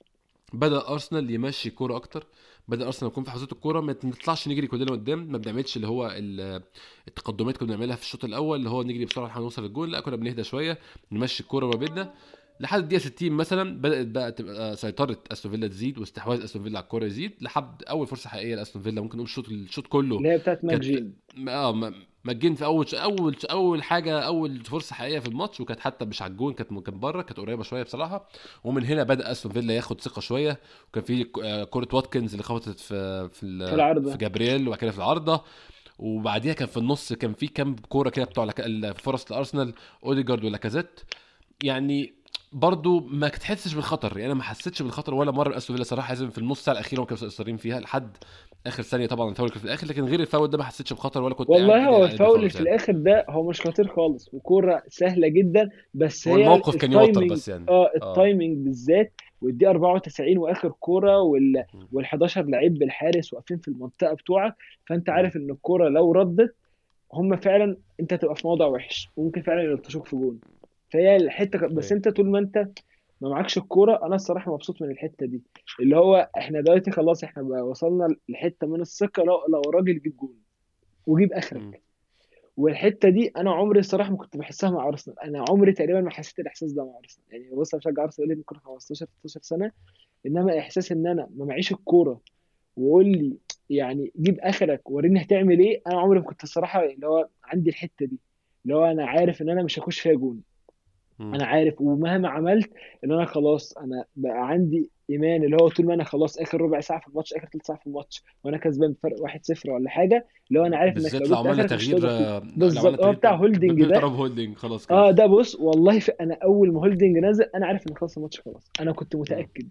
بدا ارسنال يمشي كوره اكتر، بدا ارسنال يكون في حوزه الكوره، ما نطلعش نجري كلنا قدام، ما بنعملش اللي هو التقدمات كنا بنعملها في الشوط الاول اللي هو نجري بسرعه لحد نوصل الجول. لا كنا بنهدى شويه، نمشي الكوره ما بيننا لحد الدقيقه 60 مثلا. بدات بقى تبقى سيطره استون فيلا تزيد، واستحواذ استون فيلا على الكوره يزيد، لحد اول فرصه حقيقيه لاستون فيلا ممكن نقول الشوط كله اللي هي بتاعت ماك كانت جين. مجين في اول حاجه، اول فرصه حقيقيه في الماتش، وكانت حتى مش على الجون، كانت بره، كانت قريبه شويه بصراحه. ومن هنا بدا استون فيلا ياخد ثقه شويه، وكان في كره واتكنز اللي خبطت في في في العارضة. جابرييل وبعد كده في العارضه. وبعديها كان في النص كان في كام كوره كده بتوع فرص الارسنال، اوديجارد ولا كازات يعني. برضو ما تحسش بالخطر، يعني انا ما حسيتش بالخطر ولا مره. استون فيلا صراحه لازم في النص ساعه الاخيره وكانوا مقصرين فيها لحد اخر ثانيه، طبعا الفاول كان في الاخر، لكن غير الفاول ده ما حسيتش بخطر ولا كنت قاعد والله ايدي هو على قلبي الفاول اللي خالص في يعني. الاخر ده هو مش خطير خالص، وكوره سهله جدا، بس هو هي الموقف كان يوتر التايمنج. بس يعني. اه اه. التايمنج بالذات، والدي 94 واخر كوره م- وال 11 لعيب بالحارس واقفين في المنطقه بتوعك، فانت م- عارف ان الكوره لو ردت هم فعلا انت تبقى في موضع وحش وممكن فعلا يلطشوك في جون. فهي الحته بس أيوة. انت طول ما انت ما معكش الكوره، انا الصراحه مبسوط من الحته دي، اللي هو احنا دلوقتي خلاص احنا بقى وصلنا لحته من الثقه، لو الراجل جيب جون وجيب م- اخرك. والحته دي انا عمري الصراحه ما كنت بحسها مع ارسنال، انا عمري تقريبا ما حسيت الاحساس ده مع ارسنال. يعني بص انا بشجع ارسنال لي ممكن 15 16 سنه، انما احساس ان انا ما معيش الكوره وقول لي يعني جيب اخرك وريني هتعمل ايه، انا عمري ما كنت الصراحه اللي هو عندي الحته دي، اللي هو انا عارف ان انا مش هخش فيها جون. م. انا عارف ومهما عملت ان انا خلاص انا بقى عندي ايمان، اللي هو طول ما انا خلاص اخر ربع ساعه في الماتش، اخر ثلث ساعه في الماتش وانا كسبان بفرق 1-0 ولا حاجه، اللي هو انا عارف انك لو بالذات لو جبت عملنا اخرك مش تغيير، هتقدر لو عملنا بالظبط هو تغيير بتاع هولدنج ده. بضرب هولدنج خلاص كده. اه ده بص والله انا اول ما هولدنج نزل انا عارف ان خلاص الماتش خلاص، انا كنت م- متاكد.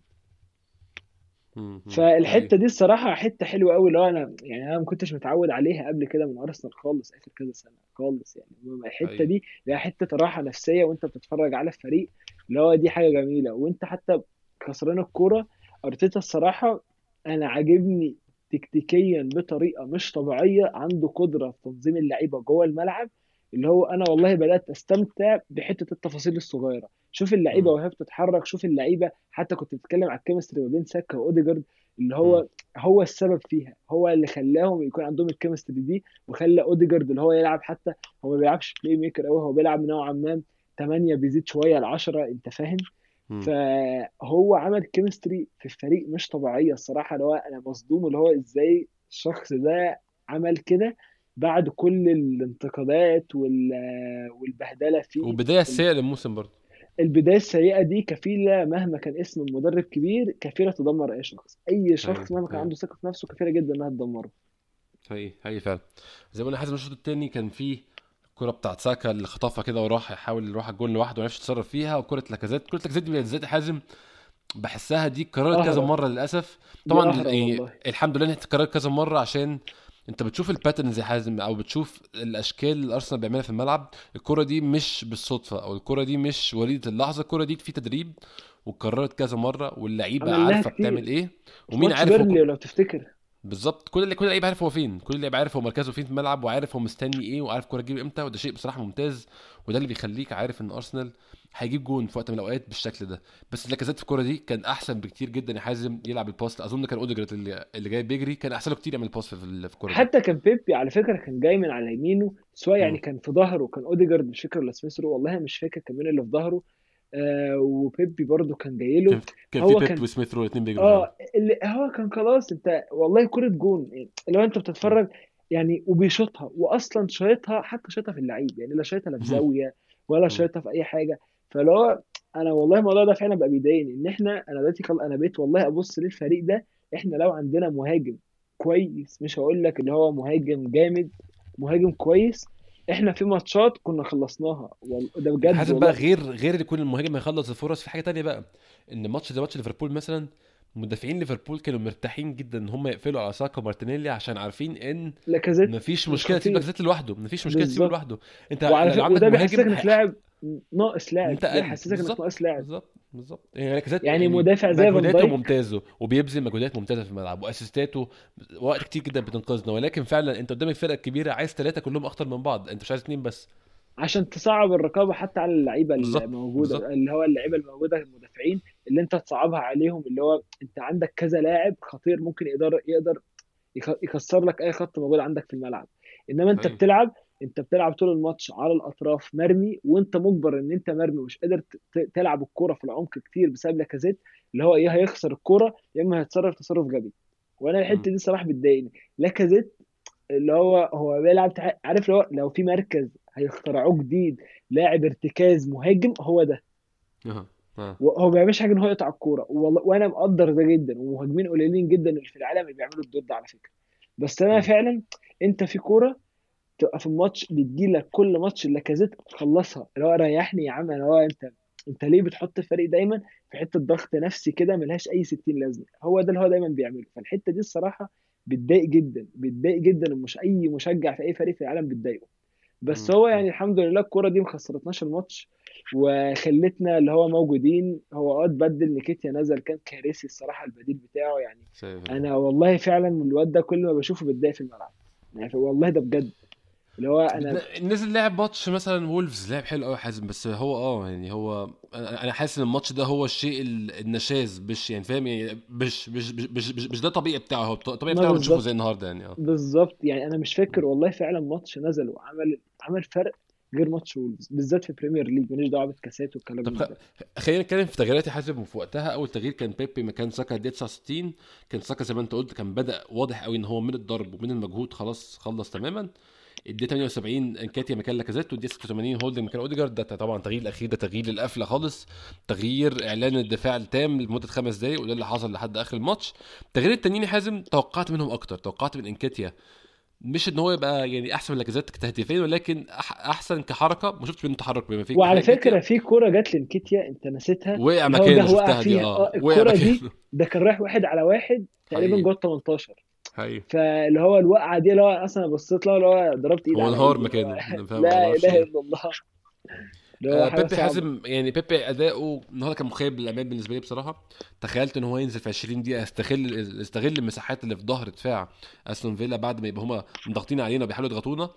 ايوه. فالحته دي الصراحه حته حلوه قوي، اللي هو انا يعني انا ما كنتش متعود عليها قبل كده من ارسنال خالص اخر كذا سنه خالص. يعني الحته ايوه. دي هي حته راحه نفسيه وانت بتتفرج على الفريق، اللي هو دي حاجه جميله. وانت حتى خسران الكوره، ارتيتا الصراحه انا عاجبني تكتيكيا بطريقه مش طبيعيه، عنده قدره في تنظيم اللعيبه جوه الملعب، اللي هو انا والله بدات استمتع بحته التفاصيل الصغيره. شوف اللعيبه م- وهي بتتحرك، شوف اللعيبه حتى كنت بتتكلم على الكيمستري ما بين ساكا واوديجارد، اللي م- هو السبب فيها، هو اللي خلاهم يكون عندهم الكيمستري دي، وخلى اوديجارد اللي هو يلعب حتى هو ما بيلعبش بلاي ميكر قوي، هو بيلعب نوعا ما 8 بيزيد شويه ل 10، انت فاهم. م. فهو عمل كيمستري في الفريق مش طبيعيه الصراحه، اللي هو انا مصدوم اللي هو ازاي الشخص ده عمل كده بعد كل الانتقادات والبهدله فيه. وبدايه سيئه للموسم برضه. البداية السيئة دي كفيلة مهما كان اسم المدرب كبير، كفيلة تدمر أي شخص، أي ايوه. شخص مهما كان ايوه. عنده ثقة في نفسه كفيلة جدا إنها تدمره. هي فعلا. زي ما قلنا حازم الشوط التاني كان فيه الكرة بتاعت ساكا اللي خطفها كده وراح يحاول يروح الجول لوحده وما عرفش يتصرف فيها، وكرة لاكازيت، كرة لاكازيت دي بالذات حازم بحسها دي اتكررت كذا أهرف، مره للاسف. دي طبعا أهرف يعني والله. الحمد لله انها اتكررت كذا مره، عشان انت بتشوف الباترنز يا حازم، او بتشوف الاشكال اللي ارسنال بيعملها في الملعب. الكرة دي مش بالصدفه، او الكرة دي مش وليده اللحظه، الكرة دي في تدريب واتكررت كذا مره، واللعيبه عملناها عارفه بتعمل كتير ايه في ومين ماتش عارف هو بيرنلي لو تفتكر. بالظبط. كل لعيب عارف هو فين، كل لعيب عارف هو مركزه فين في الملعب، وعارف هو مستني ايه، وعارف كوره تجيب امتى، وده شيء بصراحه ممتاز. وده اللي بيخليك عارف ان ارسنال هيجيب جون في وقت من الاوقات بالشكل ده. بس لاكازيت في الكوره دي كان احسن بكتير جدا يا حازم يلعب الباس. اظن كان اوديجارد اللي جاي بيجري كان احسن له كتير يعمل الباس في الكوره دي. حتى كان بيبي على فكرة كان جاي من على يمينه، سواء يعني مم. كان في ظهره كان أوديجارد مش فاكر ولا سميث رو، والله مش فاكر كان مين اللي في ظهره. وبيبي برضه كان جاي له. كان في هو بيب كان وسميث رو الاثنين بيجروا فعلا. اللي هو كان خلاص انت والله كرة جون يعني، لو انت مم. بتتفرج يعني، وبيشوطها واصلا شايطها، حتى شايطها في اللعيب يعني، لا شايطها لا في مم. زاوية ولا مم. شايطها في اي حاجة. فلو انا والله الموضوع ده فعلا بقى بيضايقني، ان انا دلوقتي انا بقيت والله ابص للفريق ده، احنا لو عندنا مهاجم كويس، مش هقول لك اللي هو مهاجم جامد، مهاجم كويس، احنا في ماتشات كنا خلصناها والله ده بجد حازم بقى والله. غير اللي يكون المهاجم هيخلص الفرص في حاجه تانية بقى. ان ماتش زي ماتش ليفربول مثلا، مدافعين ليفربول كانوا مرتاحين جدا ان هم يقفلوا على ساكا ومارتينيلي، عشان عارفين ان لاكازيت مفيش مش مشكله تسيب خطير. لاكازيت لوحده، مفيش مشكله تسيبه بالظبط. لوحده. انت وعلى لو فكره عندك وده بيحسسك مهاجم انك لاعب ناقص لاعب، انت اقل بيحسسك انك بالظبط. ناقص لاعب. بالظبط يعني لاكازيت يعني يعني مدافع زي فان مجهوداته دايك ممتازه، وبيبذل مجهودات ممتازه في الملعب، واسيستاته وقت كتير جدا بتنقذنا. ولكن فعلا انت قدام الفرقه الكبيره عايز ثلاثه كلهم اخطر من بعض، انت مش عايز اثنين بس. عشان تصعب الرقابه حتى على اللعيبه الموجوده، بالظبط. اللي هو اللعيبه الموجوده المدافعين، اللي انت تصعبها عليهم، اللي هو انت عندك كذا لاعب خطير ممكن يقدر يكسر لك اي خط موجود عندك في الملعب. انما ايوه. انت بتلعب طول الماتش على الاطراف مرمي، وانت مجبر ان انت مرمي مش قادر تلعب الكوره في العمق كتير بسبب لاكازيت، اللي هو ايه هيخسر الكوره يا اما هيتصرف تصرف غبي. وانا مم. الحته دي صراحه بتضايقني. لاكازيت اللي هو بيلعب عارف لو في مركز هيخترعوه جديد، لاعب ارتكاز مهاجم هو ده. اها. اه. هو ما بيعملش حاجه ان هو يقطع الكوره والله، وانا مقدر ده جدا، ومهاجمين قليلين جدا اللي في العالم اللي بيعملوا الدور ده على فكره. بس انا مم. فعلا انت في كوره تبقى في الماتش بيديلك كل ماتش اللي لاكازيت خلصها، اللي هو ريحني يا عم، اللي هو انت ليه بتحط الفريق دايما في حته ضغط نفسي كده ملهاش اي 60 لازمه؟ هو ده اللي هو دايما بيعمله. فالحته دي الصراحه بتضايق جدا، بتضايق جدا، ومش اي مشجع في اي فريق في العالم بتضايقه. بس مم. هو مم. يعني الحمد لله الكرة دي ما خسرتناش الماتش، وخلتنا اللي هو موجودين. هو اتبدل، نيكيتيا نزل كان كارثي الصراحة البديل بتاعه يعني. سافر. انا والله فعلا الواد ده كل ما بشوفه بتضايق في الملعب، يعني والله ده بجد اللي هو انا. نزل لعب ماتش مثلا وولفز لعب حلو قوي حازم، بس هو يعني هو انا حاسس ان الماتش ده هو الشيء النشاز، مش يعني فاهم يعني مش ده طبيعي بتاعه، هو الطبيعي ما بتاعه بنشوفه زي بالظبط، النهارده يعني بالظبط يعني انا مش فاكر والله فعلا ماتش نزل عمل فرق غير ماتش وولفز بالذات في بريمير ليج، ماليش دعوه بالكاسات والكلام طب من ده. خلينا نتكلم في تغييرات يا حازم. وفي وقتها اول تغيير كان بيبي مكان ساكا الدقيقه 69. كان ساكا زي ما انت قلت كان بدا واضح قوي ان هو من الضرب ومن المجهود خلاص خلص تماما. الدقيقه 78 انكاتيا مكان لاكازيت، والدقيقه 86 هولدنج مكان اوديجارد. ده طبعا التغيير الاخير ده تغيير للقفله خالص، تغيير اعلان الدفاع التام لمده 5 دقائق، وده اللي حصل لحد اخر الماتش. التغيير التانيين يا حازم توقعت منهم اكتر، توقعت من انكاتيا مش ان هو يبقى يعني احسن من لاكازيت كتهديفين، ولكن احسن كحركه. ما شفتش منه تحرك بما فيه وعلى الكفايه انكاتيا. فكره في كوره جات لنكيتيا انت نسيتها، وقع اللي هو جه مكانه، وقع شفتها دي، فيها وقع الكوره دي. مكانه. ده كان رايح واحد على واحد تقريبا حقيقي. جوه 18. حقيقي. فاللي هو الوقعه دي اللي هو اصلا بصيت له اللي هو ضربت ايدي هو على انهار ايدي اللي هو مكانه، انا فاهم ما لا اعرفش اله ايه. الا الله، اللي هو حاجه بيبي صعبه. حازم يعني بيبي اداؤه النهارده كان مخيب للامان بالنسبه لي بصراحه. تخيلت ان هو ينزل في 20 دقيقه يستغل المساحات اللي في ظهر دفاع استون فيلا بعد ما يبقى هما مضغطين علينا وبيحاولوا يضغطونا.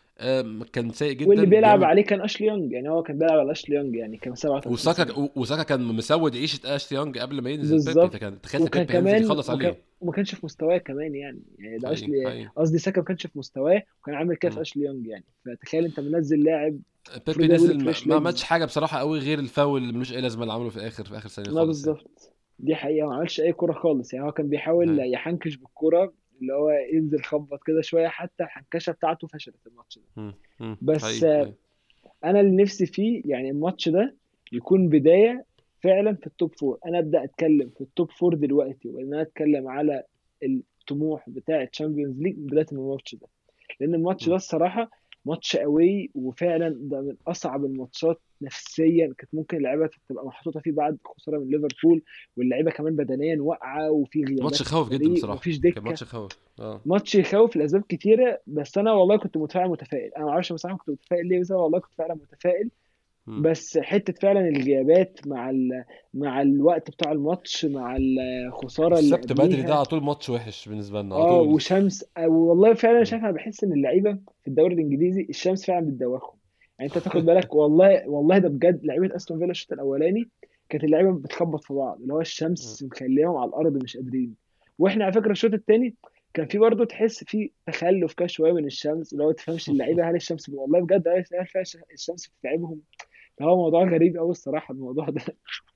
كان سيء واللي جدا بيلعب بيعمل. عليه كان اشلي يونج، يعني هو كان بيلعب على اشلي يونج يعني كان 37 سنه. وساكا كان مسود عيشه اشلي يونج قبل ما ينزل بيبي، بالظبط. فكان تخيلت وكان بيبي هينزل كمان يخلص عليه. وما كانش في مستواه كمان يعني ده حقيقي. اشلي، حقيقي. قصدي ساكا ما كانش في مستواه وكان عامل كده في مم. اشلي يونج يعني. فتخيل انت منزل لاعب بيبي المفروض يعمل نزل فريش ما عملش ليجز. حاجه بصراحه قوي غير الفاول اللي ملوش اي لازمه اللي عمله في اخر ثانيه ما خالص يعني. بالظبط، دي حقيقة ما عملش أي كرة خالص يعني. هو كان بيحاول هاي. يحنكش بالكرة، اللي هو ينزل خبط كده شوية، حتى الحنكشة بتاعته فشلت الماتش ده. بس حقيقي. حقيقي. أنا اللي نفسي فيه يعني الماتش ده يكون بداية فعلا في التوب فور. أنا أبدأ أتكلم في التوب فور دلوقتي، وإن أنا أتكلم على الطموح بتاع الشامبيونز ليج بداية من الماتش ده. لان الماتش ده مم. الصراحه ماتش قوي، وفعلا ده من اصعب الماتشات نفسيا كانت ممكن اللعيبه تبقى محطوطه فيه بعد خساره من ليفربول، واللعيبه كمان بدنيا واقعه، وفي ماتش غيابات في خوف جدا الفريق بصراحه، ومفيش كان دكه. ماتش خوف ماتش يخوف لاسباب كتيره، بس انا والله كنت متفائل. انا ما اعرفش بصراحه كنت متفائل ليه، بس أنا والله كنت فعلا متفائل. مم. بس حته فعلا الغيابات مع مع الوقت بتاع الماتش مع الخساره اللي السبت بدري ده قبليها. على طول ماتش وحش بالنسبه لنا على اه طول. وشمس، والله فعلا مم. شايف، انا بحس ان اللعيبه في الدوري الانجليزي الشمس فعلا بتدوخهم. يعني انت تاخد بالك والله والله ده بجد لعيبه استون فيلا الشوط الاولاني كانت اللعيبه بتخبط في بعض، اللي هو مم. الشمس مخليهم على الارض مش قادرين. واحنا على فكره الشوط الثاني كان في برضه تحس في تخلف كده شويه من الشمس، اللي هو ما تفهمش اللعيبه هل الشمس والله بجد هل فعلا الشمس بتتعبهم. هو موضوع غريب قوي الصراحه الموضوع ده.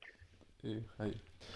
ايه حقيقي.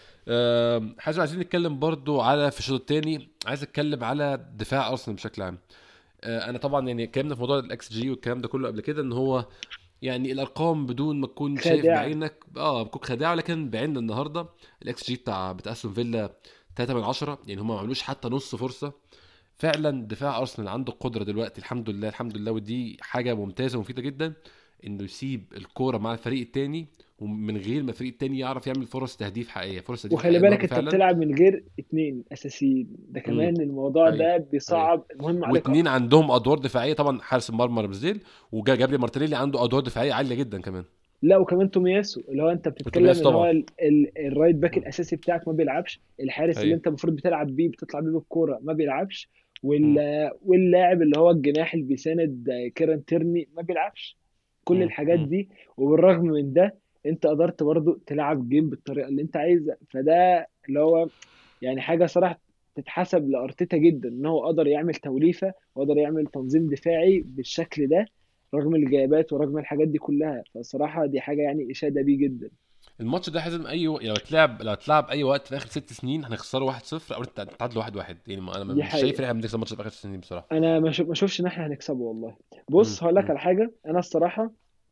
حاجه عايزين نتكلم برضو على في الشوط الثاني، عايز اتكلم على دفاع ارسنال بشكل عام. انا طبعا يعني اتكلمنا في موضوع الاكس جي والكلام ده كله قبل كده، ان هو يعني الارقام بدون ما تكون شايف خادعه. بعينك بتكون خداعه، لكن بعيننا النهارده الاكس جي بتاع استون فيلا 3 من 10، يعني هم ما عملوش حتى نص فرصه. فعلا دفاع ارسنال عنده القدره دلوقتي الحمد لله الحمد لله، ودي حاجه ممتازه ومفيده جدا، انه يسيب الكوره مع الفريق التاني ومن غير ما الفريق التاني يعرف يعمل فرص تهديف حقيقيه. فرص تهديف وخلي حقيقيه بالك النهارده انت فعلا. بتلعب من غير اتنين اساسيين، ده امم كمان الموضوع حقيقي. ده حقيقي. بيصعب المهم عليك واتنين اكتر. عندهم ادوار دفاعيه طبعا، حارس المرمى رمزيل، وجابري مارتينيلي عنده ادوار دفاعيه عاليه جدا كمان. لا وكمان تومياسو، اللي هو انت بتتكلم وتومياس ان هو طبعا. الرايت باك مم. الاساسي بتاعك ما بيلعبش، الحارس اللي حقيقي. انت المفروض بتلعب بيه بتطلع بيه بالكوره ما بيلعبش، مم. واللاعب اللي هو الجناح اللي بيساند كيران تيرني ما بيلعبش. كل مم. الحاجات مم. دي وبالرغم من ده انت قدرت برضو تلعب جيم بالطريقه اللي انت عايزها. فده اللي هو يعني حاجه صراحه تتحسب لارتيتا جدا، ان هو قدر يعمل توليفه وقدر يعمل تنظيم دفاعي بالشكل ده رغم الغيابات ورغم الحاجات دي كلها. فصراحه دي حاجه يعني اشاده بيه جدا. الماتش ده حازم لو اتلعب اي وقت في اخر 6 سنين هنخسره 1-0 او نتعادل 1-1 يعني. انا دي مش شايف حقيقه. ان احنا بنكسب ماتش في اخر 6 سنين بصراحه. انا ما اشوفش ان احنا هنكسبه والله. مم. بص هقول لك مم. على حاجه، انا الصراحه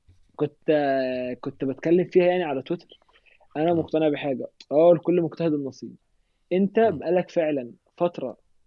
كنت بتكلم فيها يعني على تويتر. انا مم. مقتنع بحاجه، اه الكل مجتهد النصيب. انت مم. بقالك فعلا فتره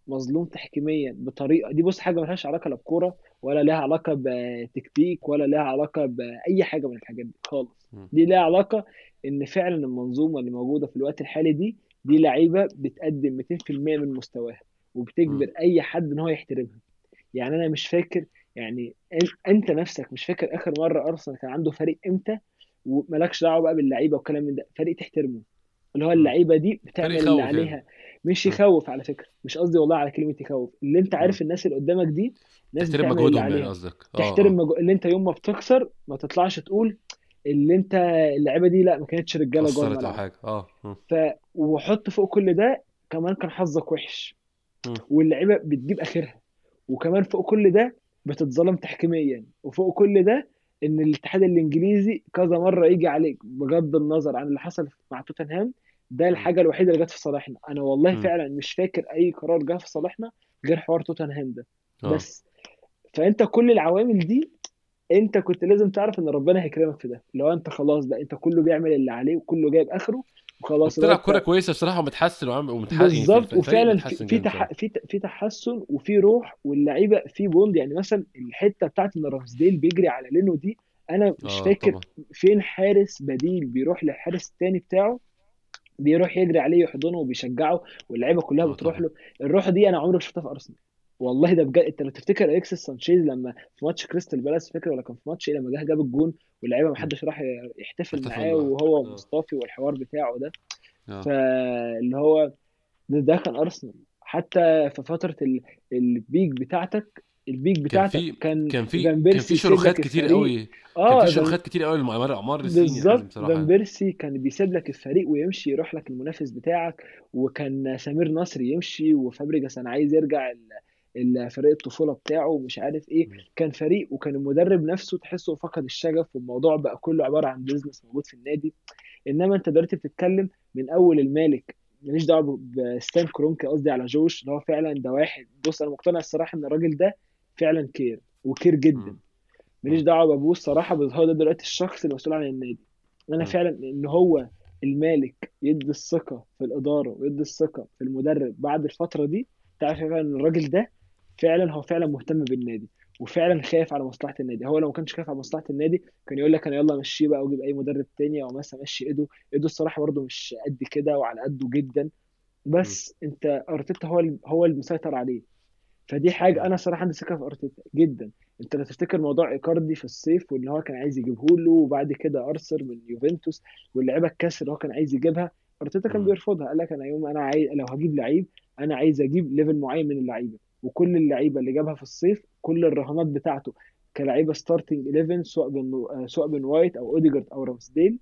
مظلوم تحكيميا بطريقه دي. بص، حاجه ملهاش علاقه لا بكوره ولا لها علاقه بتكتيك ولا لها علاقه باي حاجه من الحاجات دي خالص. مم. دي لها علاقه ان فعلا المنظومه اللي موجوده في الوقت الحالي دي لعيبه بتقدم 200% من مستواها، مم. وبتجبر اي حد ان هو يحترمها. يعني انا مش فاكر، يعني انت نفسك مش فاكر اخر مره ارسنال كان عنده فريق امتى، ومالكش دعوه بقى باللعيبه والكلام من ده، فريق تحترمه، اللي هو مم. اللعيبه دي فريق بتعمل اللي يخوف يعني. عليها. مش مم. يخوف على فكره، مش قصدي والله على كلمه يخوف، اللي انت مم. عارف الناس اللي قدامك دي ناس تحترم بتعمل اللي مجهودهم يعني عليها. قصدك، تحترم اه. اللي انت يوم ما بتخسر ما تطلعش تقول اللي انت اللعيبه دي لا ما كانتش رجاله جوه خسرت او الملعب. حاجه، اه. مم. ف وحط فوق كل ده كمان كان حظك وحش، مم. واللعيبه بتجيب اخرها، وكمان فوق كل ده بتتظلم تحكيميا، وفوق كل ده ان الاتحاد الانجليزي كذا مره يجي عليك بغض النظر عن اللي حصل مع توتنهام. ده مم. الحاجه الوحيده اللي جت في صالحنا. انا والله مم. فعلا مش فاكر اي قرار جه في صالحنا غير حوار توتنهام ده اه. بس. فانت كل العوامل دي انت كنت لازم تعرف ان ربنا هيكرمك في ده. لو انت خلاص بقى انت كله بيعمل اللي عليه وكله جايب اخره وخلاص، لو وبتلعب كوره انت كويسه بصراحه، ومتحسن يعني في بالظبط. الفريق وفعلا متحسن جامد بصراحه. في تحسن وفي روح، واللعيبه في بوند. يعني مثلا الحته بتاعت ان رامسديل بيجري على لينو دي، انا مش اه فاكر طبعا. فين حارس بديل بيروح للحارس التاني بتاعه بيروح يجري عليه يحضنه وبيشجعه واللعيبه كلها اه بتروح طبعا. له. الروح دي انا عمري ما شفتها في ارسنال. والله ده بجد. انت لو تفتكر اليكسيس سانشيز لما في ماتش كريستال بالاس، فاكر ولا كان في ماتش ايه، لما جه جاب الجون واللعيبه ما مم. حدش راح يحتفل احتفل معاه معاه. وهو اه. مصطفي والحوار بتاعه ده. اه. فاللي هو ده كان ارسنال. حتى في فتره البيك بتاعتك، البيك كان بتاعتك في كان كان في فان كان في بيرسي يسيب لك شروخات كتير الفريق. قوي. كان في اه شروخات كتير قوي لعمار السنين يا حازم بالظبط. بصراحه فان يعني. بيرسي كان بيسيب لك الفريق ويمشي يروح لك المنافس بتاعك، وكان سمير نصري يمشي وفابريجاس انا عايز يرجع الفريق الطفوله بتاعه ومش عارف ايه. مم. كان فريق، وكان المدرب نفسه تحسه فقد الشغف، والموضوع بقى كله عباره عن بيزنس موجود في النادي. انما انت دلوقتي بتتكلم من اول المالك، ماليش دعوه بستان كرونكي، قصدي على جوش اللي هو فعلا ده واحد. بص انا مقتنع الصراحه ان الراجل ده فعلا كير وكير جدا. مم. ماليش مم. دعوه بابوه الصراحه، بس هو ده دلوقتي الشخص المسؤول عن النادي. انا مم. فعلا ان هو المالك يدي الثقه في الاداره ويدي الثقه في المدرب بعد الفتره دي، تعرف فعلا ان الراجل ده فعلا هو فعلا مهتم بالنادي وفعلا خايف على مصلحه النادي. هو لو ما كانش خايف على مصلحه النادي كان يقول لك انا يلا مشيه بقى واجيب اي مدرب تاني، او مثلا مشي ايدو الصراحه برده مش قد كده وعلى قده جدا. مم. بس انت ارتيتا هو اللي مسيطر عليه. فدي حاجه مم. انا صراحه عندي ثقه في ارتيتا جدا. انت لو تفتكر موضوع ايكاردي في الصيف وان هو كان عايز يجيبه له، وبعد كده ارثر من يوفنتوس واللعيبه الكاس اللي هو كان عايز يجيبها، ارتيتا كان مم. بيرفضها. قال لك انا يوم انا عايز لو هجيب لعيب انا عايز اجيب ليفل معين من اللعيبه. وكل اللعيبه اللي جابها في الصيف كل الرهانات بتاعته كلعيبه ستارتنج 11، سواء بن وايت او اوديجارد او رامسديل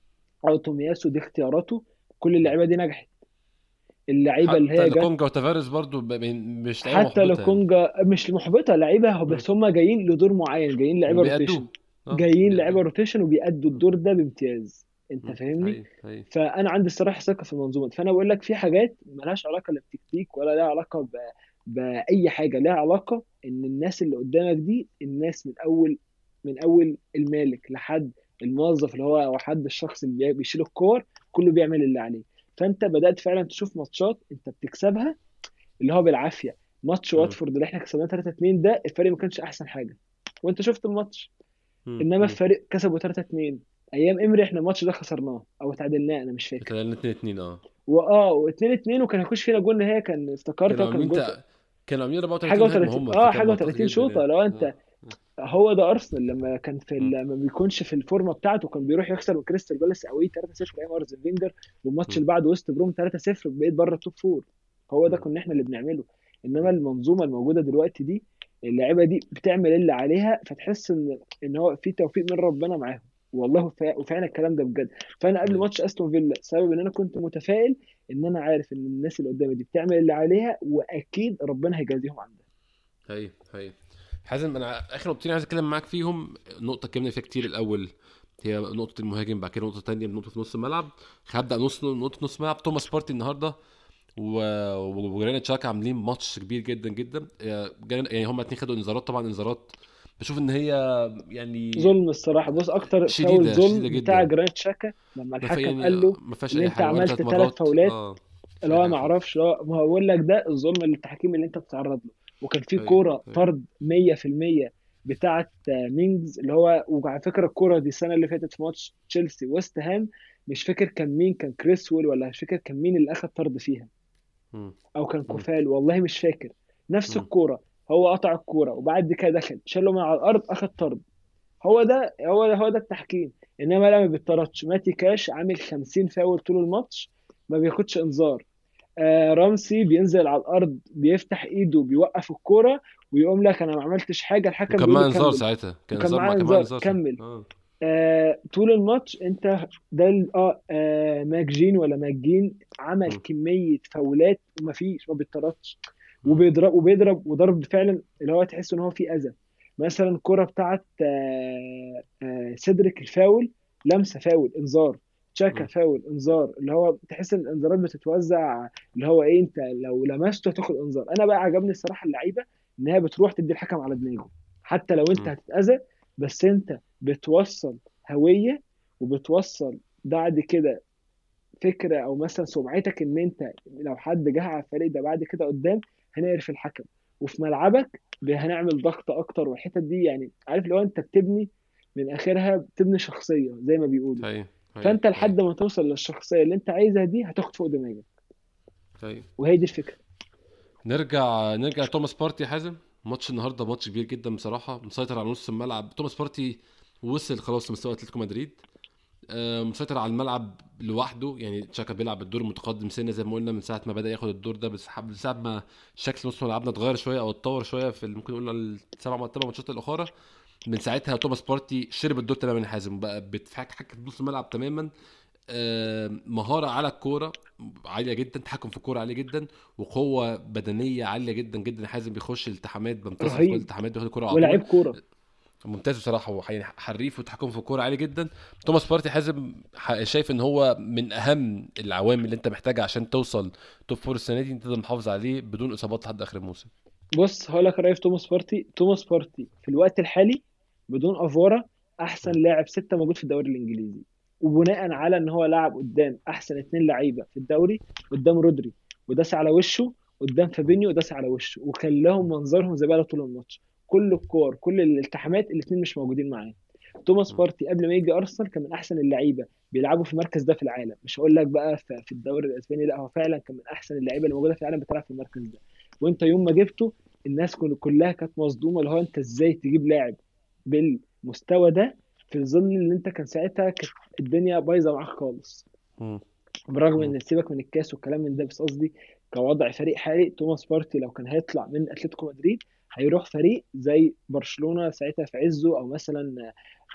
او تومياسو، دي اختياراته. كل مم. اللعيبه دي نجحت. اللعيبه اللي حتى هي جت، لكونجا وتافاريز برضو مش لعيبه حتى لو محبطه يعني. كونجا مش محبطه لعيبه مم. بس هم جايين لدور معين، جايين لعيبه روتيشن. وبيأدوه. اه جايين بيأدوه. لعيبه روتيشن وبيأدوا مم. الدور ده بامتياز. انت مم. فاهمني. حقيقي حقيقي. فانا عندي الصراحه ثقه في المنظومه دي. فانا بقول لك في حاجات ملهاش علاقه لا بتكتيك ولا لها علاقه باي حاجه، لها علاقه ان الناس اللي قدامك دي الناس من اول المالك لحد الموظف اللي هو او حد الشخص اللي بيشيل الكور كله بيعمل اللي عليه. فانت بدأت فعلا تشوف ماتشات انت بتكسبها اللي هو بالعافيه. ماتش مم. واتفورد اللي احنا كسبناه 3-2 ده الفريق ما كانش احسن حاجه وانت شفت الماتش. مم. انما مم. الفريق كسبه 3-2. ايام امري احنا الماتش ده خسرناه او تعادلناه انا مش فاكر. اتنين اتنين اه. و2-2 وكان هيخش فينا جول نهائي كان افتكرته كانوا كان عاملين جول كانوا عاملين حاجه 34 هجمه و30 هم، اه فكان حاجه منطقي و30 جدا شوطه. يعني. لو اه. انت هو ده ارسنال لما كان مم. لما بيكونش في الفورمه بتاعته كان بيروح يخسر من كريستال بالاس قوي 3-0 ايام ارزن فينجر، والماتش مم. اللي بعده ويست بروم 3-0 بقيت بره التوب فور. هو ده مم. كنا احنا اللي بنعمله. انما مم. المنظومه الموجوده دلوقتي دي اللعيبه دي بتعمل اللي عليها، فتحس ان هو في توفيق من ربنا معاهم. والله وفعلا الكلام ده بجد. فانا قبل ايوه ماتش استون فيلا سبب ان انا كنت متفائل ان انا عارف ان الناس اللي قدامي دي بتعمل اللي عليها واكيد ربنا هيجازيهم عندها. ايوه ايوه. حازم انا اخر نقطتين عايز اتكلم معاك فيهم. نقطه اتكلمنا فيها كتير الاول هي نقطه المهاجم، بعد كده نقطه تانية نقطه في نص الملعب. هبدا نقطه نص الملعب. توماس بارتي النهارده وجرانيت تشاكا عاملين ماتش كبير جدا جدا. يعني هما اتنين خدوا انذارات، طبعا انذارات بشوف ان هي يعني ظلم الصراحه. بص اكتر فاول شديده ظلم شديده بتاع جدا. جرانيت شاكا لما ما في الحكم يعني قال له ما فيهاش ان اي انت حاجه، وقال ثلاث عملت ثلاث مرات فاولات اه. مش اللي اي هو حاجه ما خالص. اعرفش، اللي هو ما هقول لك ده الظلم التحكيم اللي انت بتتعرض له. وكان في ايوه كوره ايوه. طرد 100% بتاعه مينجز، اللي هو وعلى فكره الكوره دي السنه اللي فاتت في ماتش تشيلسي ويست هام، مش فاكر كان مين، كان كريسويل ولا مش فاكر كان مين اللي اخذ طرد فيها، مم. او كان مم. كوفال، والله مش فاكر. نفس مم. الكوره، هو قطع الكوره وبعد كده دخل شاله من على الارض اخذ طرد. هو ده التحكيم. انما لا، ما بيطردش. ماتي كاش عامل 50 فاول طول الماتش، ما بياخدش انذار. رامسي بينزل على الارض بيفتح ايده بيوقف الكوره ويقوم لك انا ما عملتش حاجه، الحكم وكان بيقول له معاه انذار كمل. ساعتها، كان وكان انذار معاه كان معاه انذار، انذار ساعتها كمل. اه. طول الماتش انت ده ماك جين ولا ماك جين عمل مم. كميه فاولات ومفيش، ما بيتطردش. مم. وبيضرب وضرب فعلا اللي هو تحس ان هو فيه اذى. مثلا الكرة بتاعت سيدريك الفاول، لمسه فاول انذار. تشاكا مم. فاول انذار، اللي هو تحس ان الانذارات بتتوزع، اللي هو ايه، انت لو لمسته هتاخد انذار. انا بقى عجبني الصراحه اللعيبه ان هي بتروح تدي الحكم على دماغه، حتى لو انت مم. هتتاذى، بس انت بتوصل هويه، وبتوصل بعد كده فكره او مثلا سمعتك ان انت لو حد جه على الفريق ده بعد كده قدام هنعرف الحكم. وفي ملعبك هنعمل ضغط اكتر، والحته دي يعني عارف لو انت بتبني من اخرها، بتبني شخصيه زي ما بيقولوا. هي هي فانت هي لحد ما توصل للشخصيه اللي انت عايزها دي هتاخد فوق دماغك. هي. وهي دي الفكره. نرجع توماس بارتي يا حازم. ماتش النهارده ماتش كبير جدا بصراحه، مسيطر على نص الملعب. توماس بارتي وصل خلاص لمستوى اتلتيكو مدريد. مسيطر على الملعب لوحده. يعني تشاكا بيلعب الدور متقدم سنه زي ما قلنا من ساعه ما بدا ياخد الدور ده، بس من ساعه ما شكل نص ملعبنا اتغير شويه او اتطور شويه في ممكن نقول السبع ثمان ماتشات الاخرى. من ساعتها توماس بارتي شرب الدور تماما يا حازم، بقى بتفحك حكه نص الملعب تماما. مهاره على الكوره عاليه جدا، تحكم في الكوره عالي جدا، وقوه بدنيه عاليه جدا جدا. حازم بيخش الالتحامات بينتصر في كل رهيب. الالتحامات، بياخد الكوره على طول. ولاعيب كوره. ممتاز بصراحه. هو حريف وتحكم في الكوره عالي جدا. توماس بارتي حازم شايف ان هو من اهم العوامل اللي انت محتاجها عشان توصل توب فور السنه دي، انت تقدر محافظ عليه بدون اصابات لحد اخر الموسم. بص هقول لك رايي في توماس بارتي. توماس بارتي في الوقت الحالي بدون افوره احسن مم. لاعب سته موجود في الدوري الانجليزي، وبناء على ان هو لاعب قدام احسن اتنين لعيبه في الدوري، قدام رودري وداس على وشه، قدام مم. فابينيو وداس على وشه، وكان لهم منظرهم زباله طول الماتش. كل الكور كل الالتحامات الاثنين مش موجودين معاه. توماس مم. بارتي قبل ما يجي ارسنال كان من احسن اللعيبه بيلعبوا في المركز ده في العالم. مش هقول لك بقى في الدوري الاسباني، لا هو فعلا كان من احسن اللعيبه اللي موجوده في العالم بتلعب في المركز ده. وانت يوم ما جبته الناس كلها كانت مصدومه، اللي هو انت ازاي تجيب لاعب بالمستوى ده في ظل ان انت كان ساعتها كانت الدنيا بايظه معاك خالص. مم. برغم مم. ان سيبك من الكاس والكلام من ده، بس قصدي كوضع فريق حالي، توماس بارتي لو كان هيطلع من اتلتيكو مدريد هيروح فريق زي برشلونه ساعتها في عزه، او مثلا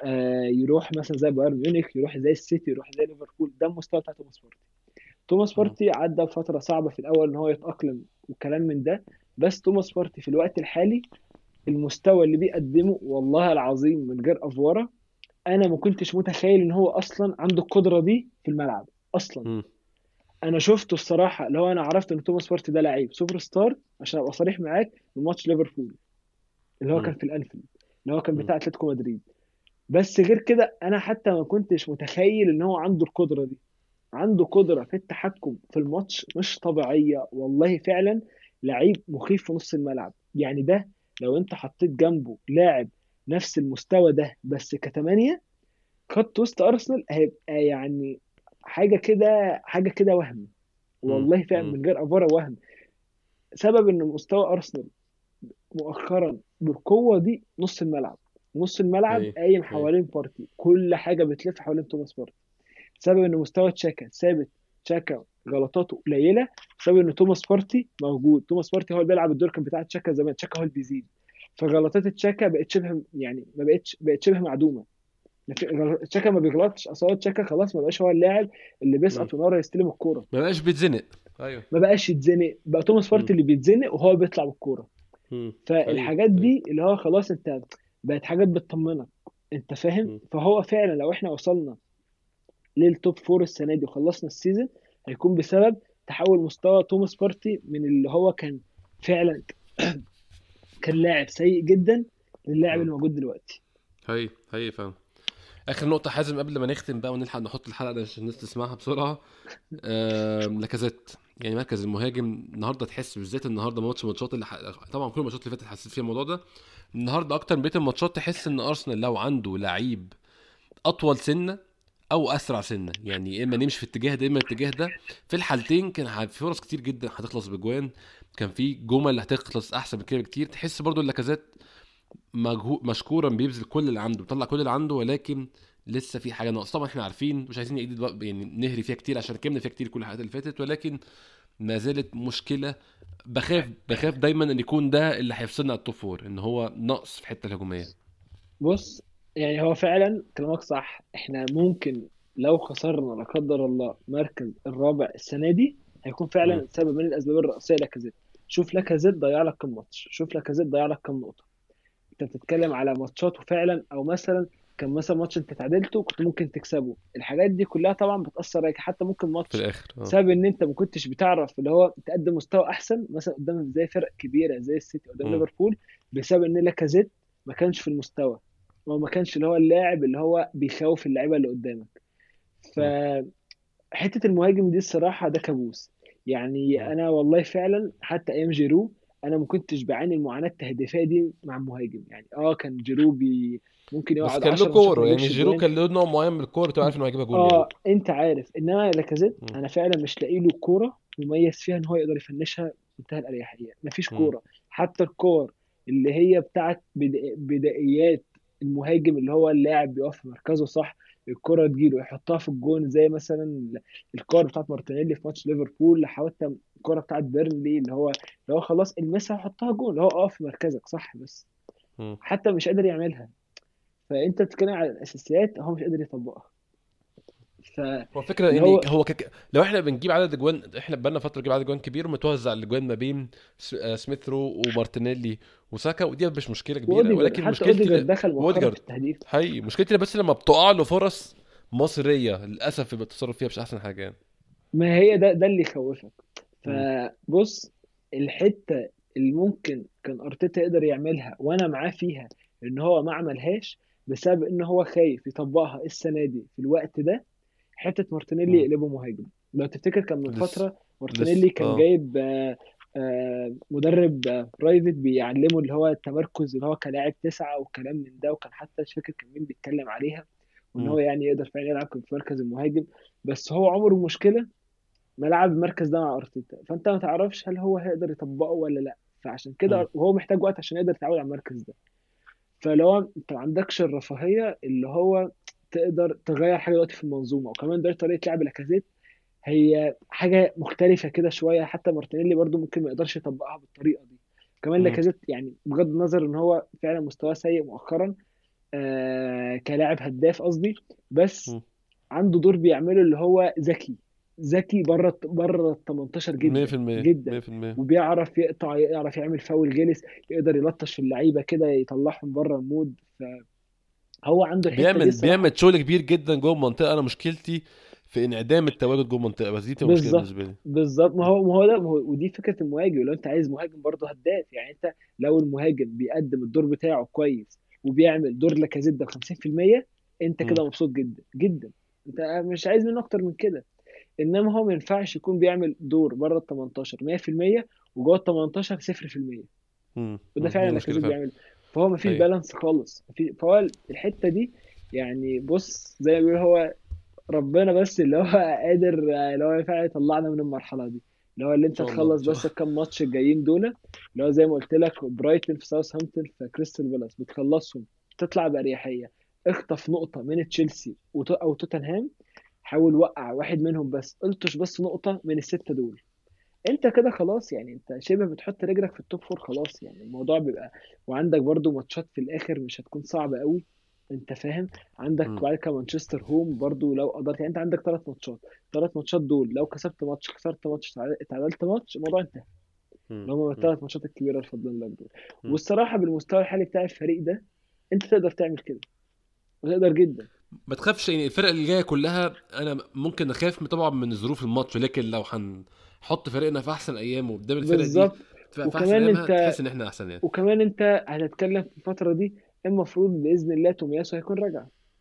يروح مثلا زي بايرن ميونخ، يروح زي السيتي، يروح زي ليفربول. ده المستوى بتاع توماس بارتي. توماس مم. بارتي عدى بفتره صعبه في الاول ان هو يتاقلم والكلام من ده، بس توماس بارتي في الوقت الحالي المستوى اللي بيقدمه والله العظيم من غير افوره، انا ما كنتش متخيل ان هو اصلا عنده القدره دي في الملعب اصلا. مم. انا شفته الصراحه، لو انا عرفت ان توماس بارتي ده لعيب سوبر ستار، عشان ابقى صريح معاك، من ماتش ليفربول اللي هو مم. كان في الانفيلد، اللي هو كان مم. بتاع اتلتيكو مدريد. بس غير كده انا حتى ما كنتش متخيل ان هو عنده القدره دي. عنده قدره في التحكم في الماتش مش طبيعيه والله فعلا. لعيب مخيف في نص الملعب يعني. ده لو انت حطيت جنبه لاعب نفس المستوى ده بس كتمانية، خط وسط ارسنال هيبقى يعني حاجه كده، حاجه كده وهم. مم. والله فعلا مم. من غير افوره وهم. سبب ان مستوى ارسنال مؤخرا بالقوه دي نص الملعب. نص الملعب هي قايم هي. حوالين بارتي، كل حاجه بتلف حوالين توماس بارتي. سبب ان مستوى تشاكا ثابت، تشاكا غلطاته قليله، بسبب ان توماس بارتي موجود. توماس بارتي هو اللي بيلعب الدور كان بتاع تشاكا زمان، تشاكا هو اللي بيزيد. فغلطات تشاكا بقت شبه يعني ما بقتش بقت شبه معدومه. تشاكا ما بيغلطش اصلا، تشاكا خلاص ما بقاش هو اللاعب اللي مم. بيسقط ونقرا يستلم الكوره. ما بقاش بيتزنق. ايوه. ما بقاش يتزنق، بقى توماس مم. بارتي اللي بيتزنق وهو بيطلع بالكوره. مم. هي فالحاجات هي. دي اللي هو خلاص انت بقت حاجات بتطمنك، انت فاهم. مم. فهو فعلا لو احنا وصلنا للتوب فور السنه دي وخلصنا السيزون، هيكون بسبب تحول مستوى توماس بارتي من اللي هو كان فعلا كان لاعب سيء جدا للاعب مم. اللي موجود دلوقتي. هي هي فاهم. اخر نقطه حازم قبل ما نختم بقى ونلحق نحط الحلقه ده عشان الناس تسمعها بسرعه. لاكازيت، يعني مركز المهاجم النهارده تحس بالذات النهارده ماتشات اللي طبعا كل الماتشات اللي فاتت حسيت فيها الموضوع ده. النهارده اكتر من بقيه الماتشات تحس ان ارسنال لو عنده لعيب اطول سنه او اسرع سنه، يعني يا اما نمشي في الاتجاه ده يا اما الاتجاه ده، في الحالتين كان في فرص كتير جدا هتخلص بجوان، كان في جمل هتخلص احسن من كده بكتير. تحس برضو اللاكازيت مشكورا بيبذل كل اللي عنده، بيطلع كل اللي عنده، ولكن لسه في حاجه ناقصه. طبعا احنا عارفين مش عايزين نعيد يعني نهري فيها كتير عشان كملنا فيها كتير كل الحلقات اللي فاتت، ولكن ما زالت مشكله. بخاف دايما ان يكون ده اللي هيفصلنا على التوب فور، ان هو نقص في الحته الهجوميه. بص، يعني هو فعلا كلامك صح. احنا ممكن لو خسرنا لا قدر الله مركز الرابع السنه دي، هيكون مم. فعلا سبب من الاسباب الرئيسيه لاكازيت. شوف لاكازيت ضيع لك كم ماتش، شوف لاكازيت ضيع لك كم نقطه. انت بتتكلم على ماتشات وفعلا، او مثلا كان مثلا ماتش انت تعادلته كنت ممكن تكسبه. الحاجات دي كلها طبعا بتاثر عليك. حتى ممكن في ماتش الاخر بسبب ان انت ما كنتش بتعرف اللي هو تقدم مستوى احسن مثلا قدام زي فرق كبيره زي السيتي قدام مم. ليفربول، بسبب ان لاكازيت ما كانش في المستوى، هو ما كانش اللي هو اللاعب اللي هو بيخوف اللعيبه اللي قدامك. مم. حته المهاجم دي الصراحه ده كابوس. يعني مم. انا والله فعلا حتى ايام جيرو انا ما كنتش بعاني المعاناه التهديفيه دي مع المهاجم. يعني كان جيرو ممكن بس يقعد كان له 10 ماتشات ما كوره، يعني يجيبش جيرو جوان. كان له نوع معين من الكوره بتبقى عارف انه هيجيبها جول يعني. انت عارف، انما لاكازيت مم. انا فعلا مش لاقي له كوره مميز فيها ان هو يقدر يفنشها بمنتهى الاريحيه. مفيش مم. كوره. حتى الكور اللي هي بتاعت بدائيات المهاجم اللي هو اللاعب بيقف في مركزه صح، الكرة تجيله يحطها في الجون، زي مثلا الكور بتاعت مارتينيلي في ماتش ليفربول، حتى الكرة بتاعت بيرنلي اللي هو خلاص المسها وحطها جون، اللي هو اقف في مركزك صح، بس مم. حتى مش قادر يعملها. فانت بتتكلم على الاساسيات هو مش قادر يطبقها. هو فكرة فاللي ان هو هو لو احنا بنجيب عدد اجوان، احنا بقالنا فتره نجيب عدد اجوان كبير ومتوزع الاجوان ما بين سميث رو ومارتينيلي وساكا، ودي مش مشكله كبيره، واوديجارد، ولكن حتى مشكلتي اوديجارد دخل مؤخرا ووديجارد. في التهديف. حقيقي مشكلتي بس لما بتقع له فرص مصريه للاسف يبقى التصرف فيها مش احسن حاجه يعني. ما هي ده اللي يخوفك. مم. فبص، الحته اللي ممكن كان ارتيتا يقدر يعملها وانا معاه فيها، ان هو ما عملهاش بسبب ان هو خايف يطبقها السنه دي في الوقت ده. حته مارتينيلي مم. يقلبه مهاجم. لو تفتكر كان من لسه فتره لسه مارتينيلي كان جايب مدرب برايفت بيعلمه اللي هو التمركز اللي هو كلاعب تسعه والكلام من ده، وكان حتى مش فاكر كان مين بيتكلم عليها، وان مم. هو يعني يقدر فعلا يلعب في مركز المهاجم. بس هو عمره مشكله ما لعب المركز ده مع ارتيتا، فانت ما تعرفش هل هو هيقدر يطبقه ولا لا. فعشان مم. كده وهو محتاج وقت عشان يقدر يتعود على المركز ده. فلو انت ما عندكش الرفاهيه اللي هو تقدر تغير حاجه دلوقتي في المنظومه، وكمان ده طريقه لعب لاكازيت هي حاجه مختلفه كده شويه، حتى مارتينيلي برضو ممكن ما يقدرش يطبقها بالطريقه دي. كمان مم. لاكازيت يعني بغض النظر ان هو فعلا مستواه سيء مؤخرا كلاعب هداف قصدي، بس مم. عنده دور بيعمله اللي هو ذكي. ذكي بره ال 18 جدا 100% جدا. 100%. وبيعرف يقطع، يعرف يعمل فاول غلس، يقدر يلطش في اللعيبه كده يطلعهم بره المود. فهو عنده الحته دي بيعمل الصراحه. شغل كبير جدا جوه المنطقه. انا مشكلتي في انعدام التواجد جوه المنطقه، بس دي تبقى مشكله بالظبط بالنسبه لي. بالظبط. ما هو ده، ودي فكره المهاجم. لو انت عايز مهاجم برضه هداف، يعني انت لو المهاجم بيقدم الدور بتاعه كويس وبيعمل دور لاكازيت ده ب 50%، انت مم. كده مبسوط جدا جدا. انت مش عايز منه اكتر من كده. انما هو ما ينفعش يكون بيعمل دور بره ال 18 100% وجوه ال 18 0%. مم. وده مم. دي فعلا مشكله لاكازيت فعلا. بيعمله. فهو ما فيش حقيقي. بالانس خالص. فهو الحته دي، يعني بص زي ما بيقول هو ربنا بس اللي هو قادر اللي هو فعلا يطلعنا من المرحله دي. اللي هو اللي ان انت شاء الله ان تخلص شاء بس الله. الكام ماتش الجايين دول، اللي هو زي ما قلت لك برايتون في ساوثهامبتون في كريستال بالاس بتخلصهم، تطلع باريحيه. اخطف نقطه من تشيلسي او توتنهام، حاول وقع واحد منهم بس، قلتش بس نقطه من السته دول، انت كده خلاص. يعني انت شبه بتحط رجلك في التوب فور خلاص. يعني الموضوع بيبقى، وعندك برضو ماتشات في الاخر مش هتكون صعبة قوي. انت فاهم؟ عندك مم. بعد كده مانشستر هوم برضو لو قدرت. يعني انت عندك ثلاث ماتشات دول لو كسبت ماتش خسرت ماتش اتعادلت ماتش الموضوع انتهى. مم. اللي هم مم. الثلاث ماتشات الكبيرة اللي فاضلين لك دول. مم. والصراحة بالمستوى الحالي بتاع الفريق ده انت تقدر تعمل كده، وتقدر جدا. ما تخافش، يعني الفرق اللي جايه كلها انا ممكن اخاف طبعا من ظروف الماتش، لكن لو هنحط فريقنا في احسن ايامه قدام الفرق دي بالظبط. في احسن وكمان ايامها، انت تحس ان احنا احسن يعني. وكمان انت هتتكلم في الفترة دي المفروض بإذن الله تومياسو هيكون راجع.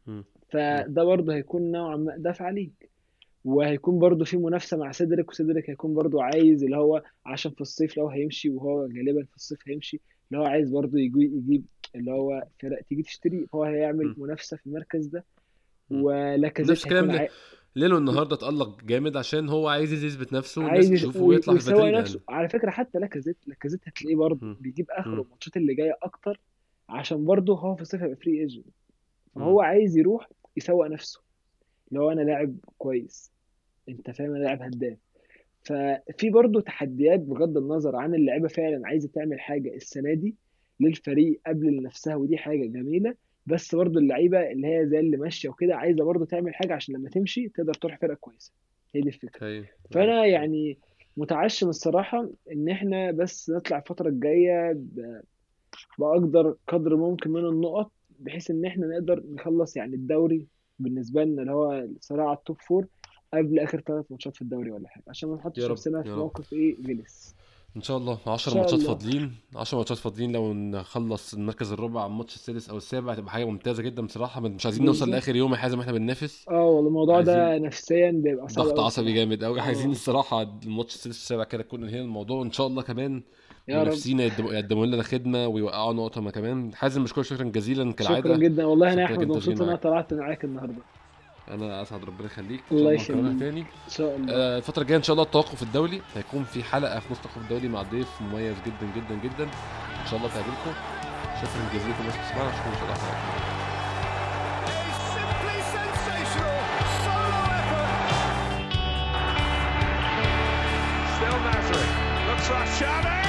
مم. فده برضه هيكون نوعا ما دافع عليك. وهيكون برضه في منافسة مع سيدريك، وسيدريك هيكون برضه عايز اللي هو عشان في الصيف لو هيمشي، وهو غالبا في الصيف هيمشي، اللي هو عايز برضه يجيب اللي هو فرق تيجي تشتري، فهو هيعمل مم. منافسة في المركز ده. مم. نفس ولاكازيت هيكون الكلام ليلو النهارده اتألق جامد عشان هو عايز يثبت نفسه والناس عايز تشوفه ويطلع في ويسوق فاترينا نفسه. يعني. على فكرة حتى لاكازيت هتلاقيه برضه مم. بيجيب اخره مم. الماتشات اللي جاية اكتر، عشان برضه هو في الصيف هيبقى فري ايجنت، مم. فهو عايز يروح يسوق نفسه، لو انا لاعب كويس، انت فاهم، انا لاعب هداف. ففي برضه تحديات بغض النظر عن اللعيبه فعلا عايزه تعمل حاجه السنه دي للفريق قبل لنفسها، ودي حاجه جميله. بس برضه اللعيبه اللي هي زي اللي ماشيه وكده عايزه برضه تعمل حاجه عشان لما تمشي تقدر تروح فرقه كويسه. هي دي الفكره. ايوه ايوه فانا ايوه. يعني متعشم الصراحه ان احنا بس نطلع الفتره الجايه باقدر قدر ممكن من النقط، بحيث ان احنا نقدر نخلص يعني الدوري بالنسبه لنا اللي هو الصراع على التوب فور قبل اخر 3 ماتشات في الدوري ولا حاجه، عشان ما يا نحطش رب نفسنا يا في رب. موقف ايه غلس. ان شاء الله ان 10 شاء ماتشات الله. فاضلين، 10 ماتشات فاضلين، لو نخلص المركز الرابع على الماتش السادس او السابع هتبقى حاجه ممتازه جدا بصراحه. مش عايزين نوصل بالظبط. لاخر يوم يا حازم احنا بننافس، اه والله الموضوع عايزين ده نفسيا بيبقى صعب ضغط قوي عصبي الصراحه. جامد قوي. عايزين اه. الصراحه الماتش السادس والسابع كده نكون انهينا الموضوع، وان شاء الله كمان يا رب. منافسينا يقدموا لنا خدمه ويوقعوا نقطه ما كمان. حازم مشكور شكرا جزيلا شكرا كالعاده. جدا والله، انا يا اتبسطت انك احمد انت وشيرين مبسوط ان انا معاك. طلعت معاك النهارده. انا اسعد، ربنا يخليك، ان شاء الله الله نكررها يخليك. تاني. ان شاء الله. الفتره الجايه ان شاء الله التوقف الدولي هيكون في حلقه في نص التوقف الدولي مع ضيف مميز جدا جدا جدا، ان شاء الله تعجبكم. شكرا جزيلا لكم الناس بتسمعنا، اشوفكم ان شاء الله حلقه. Simply sensational solo effort. Still Nazareth looks like Xavi.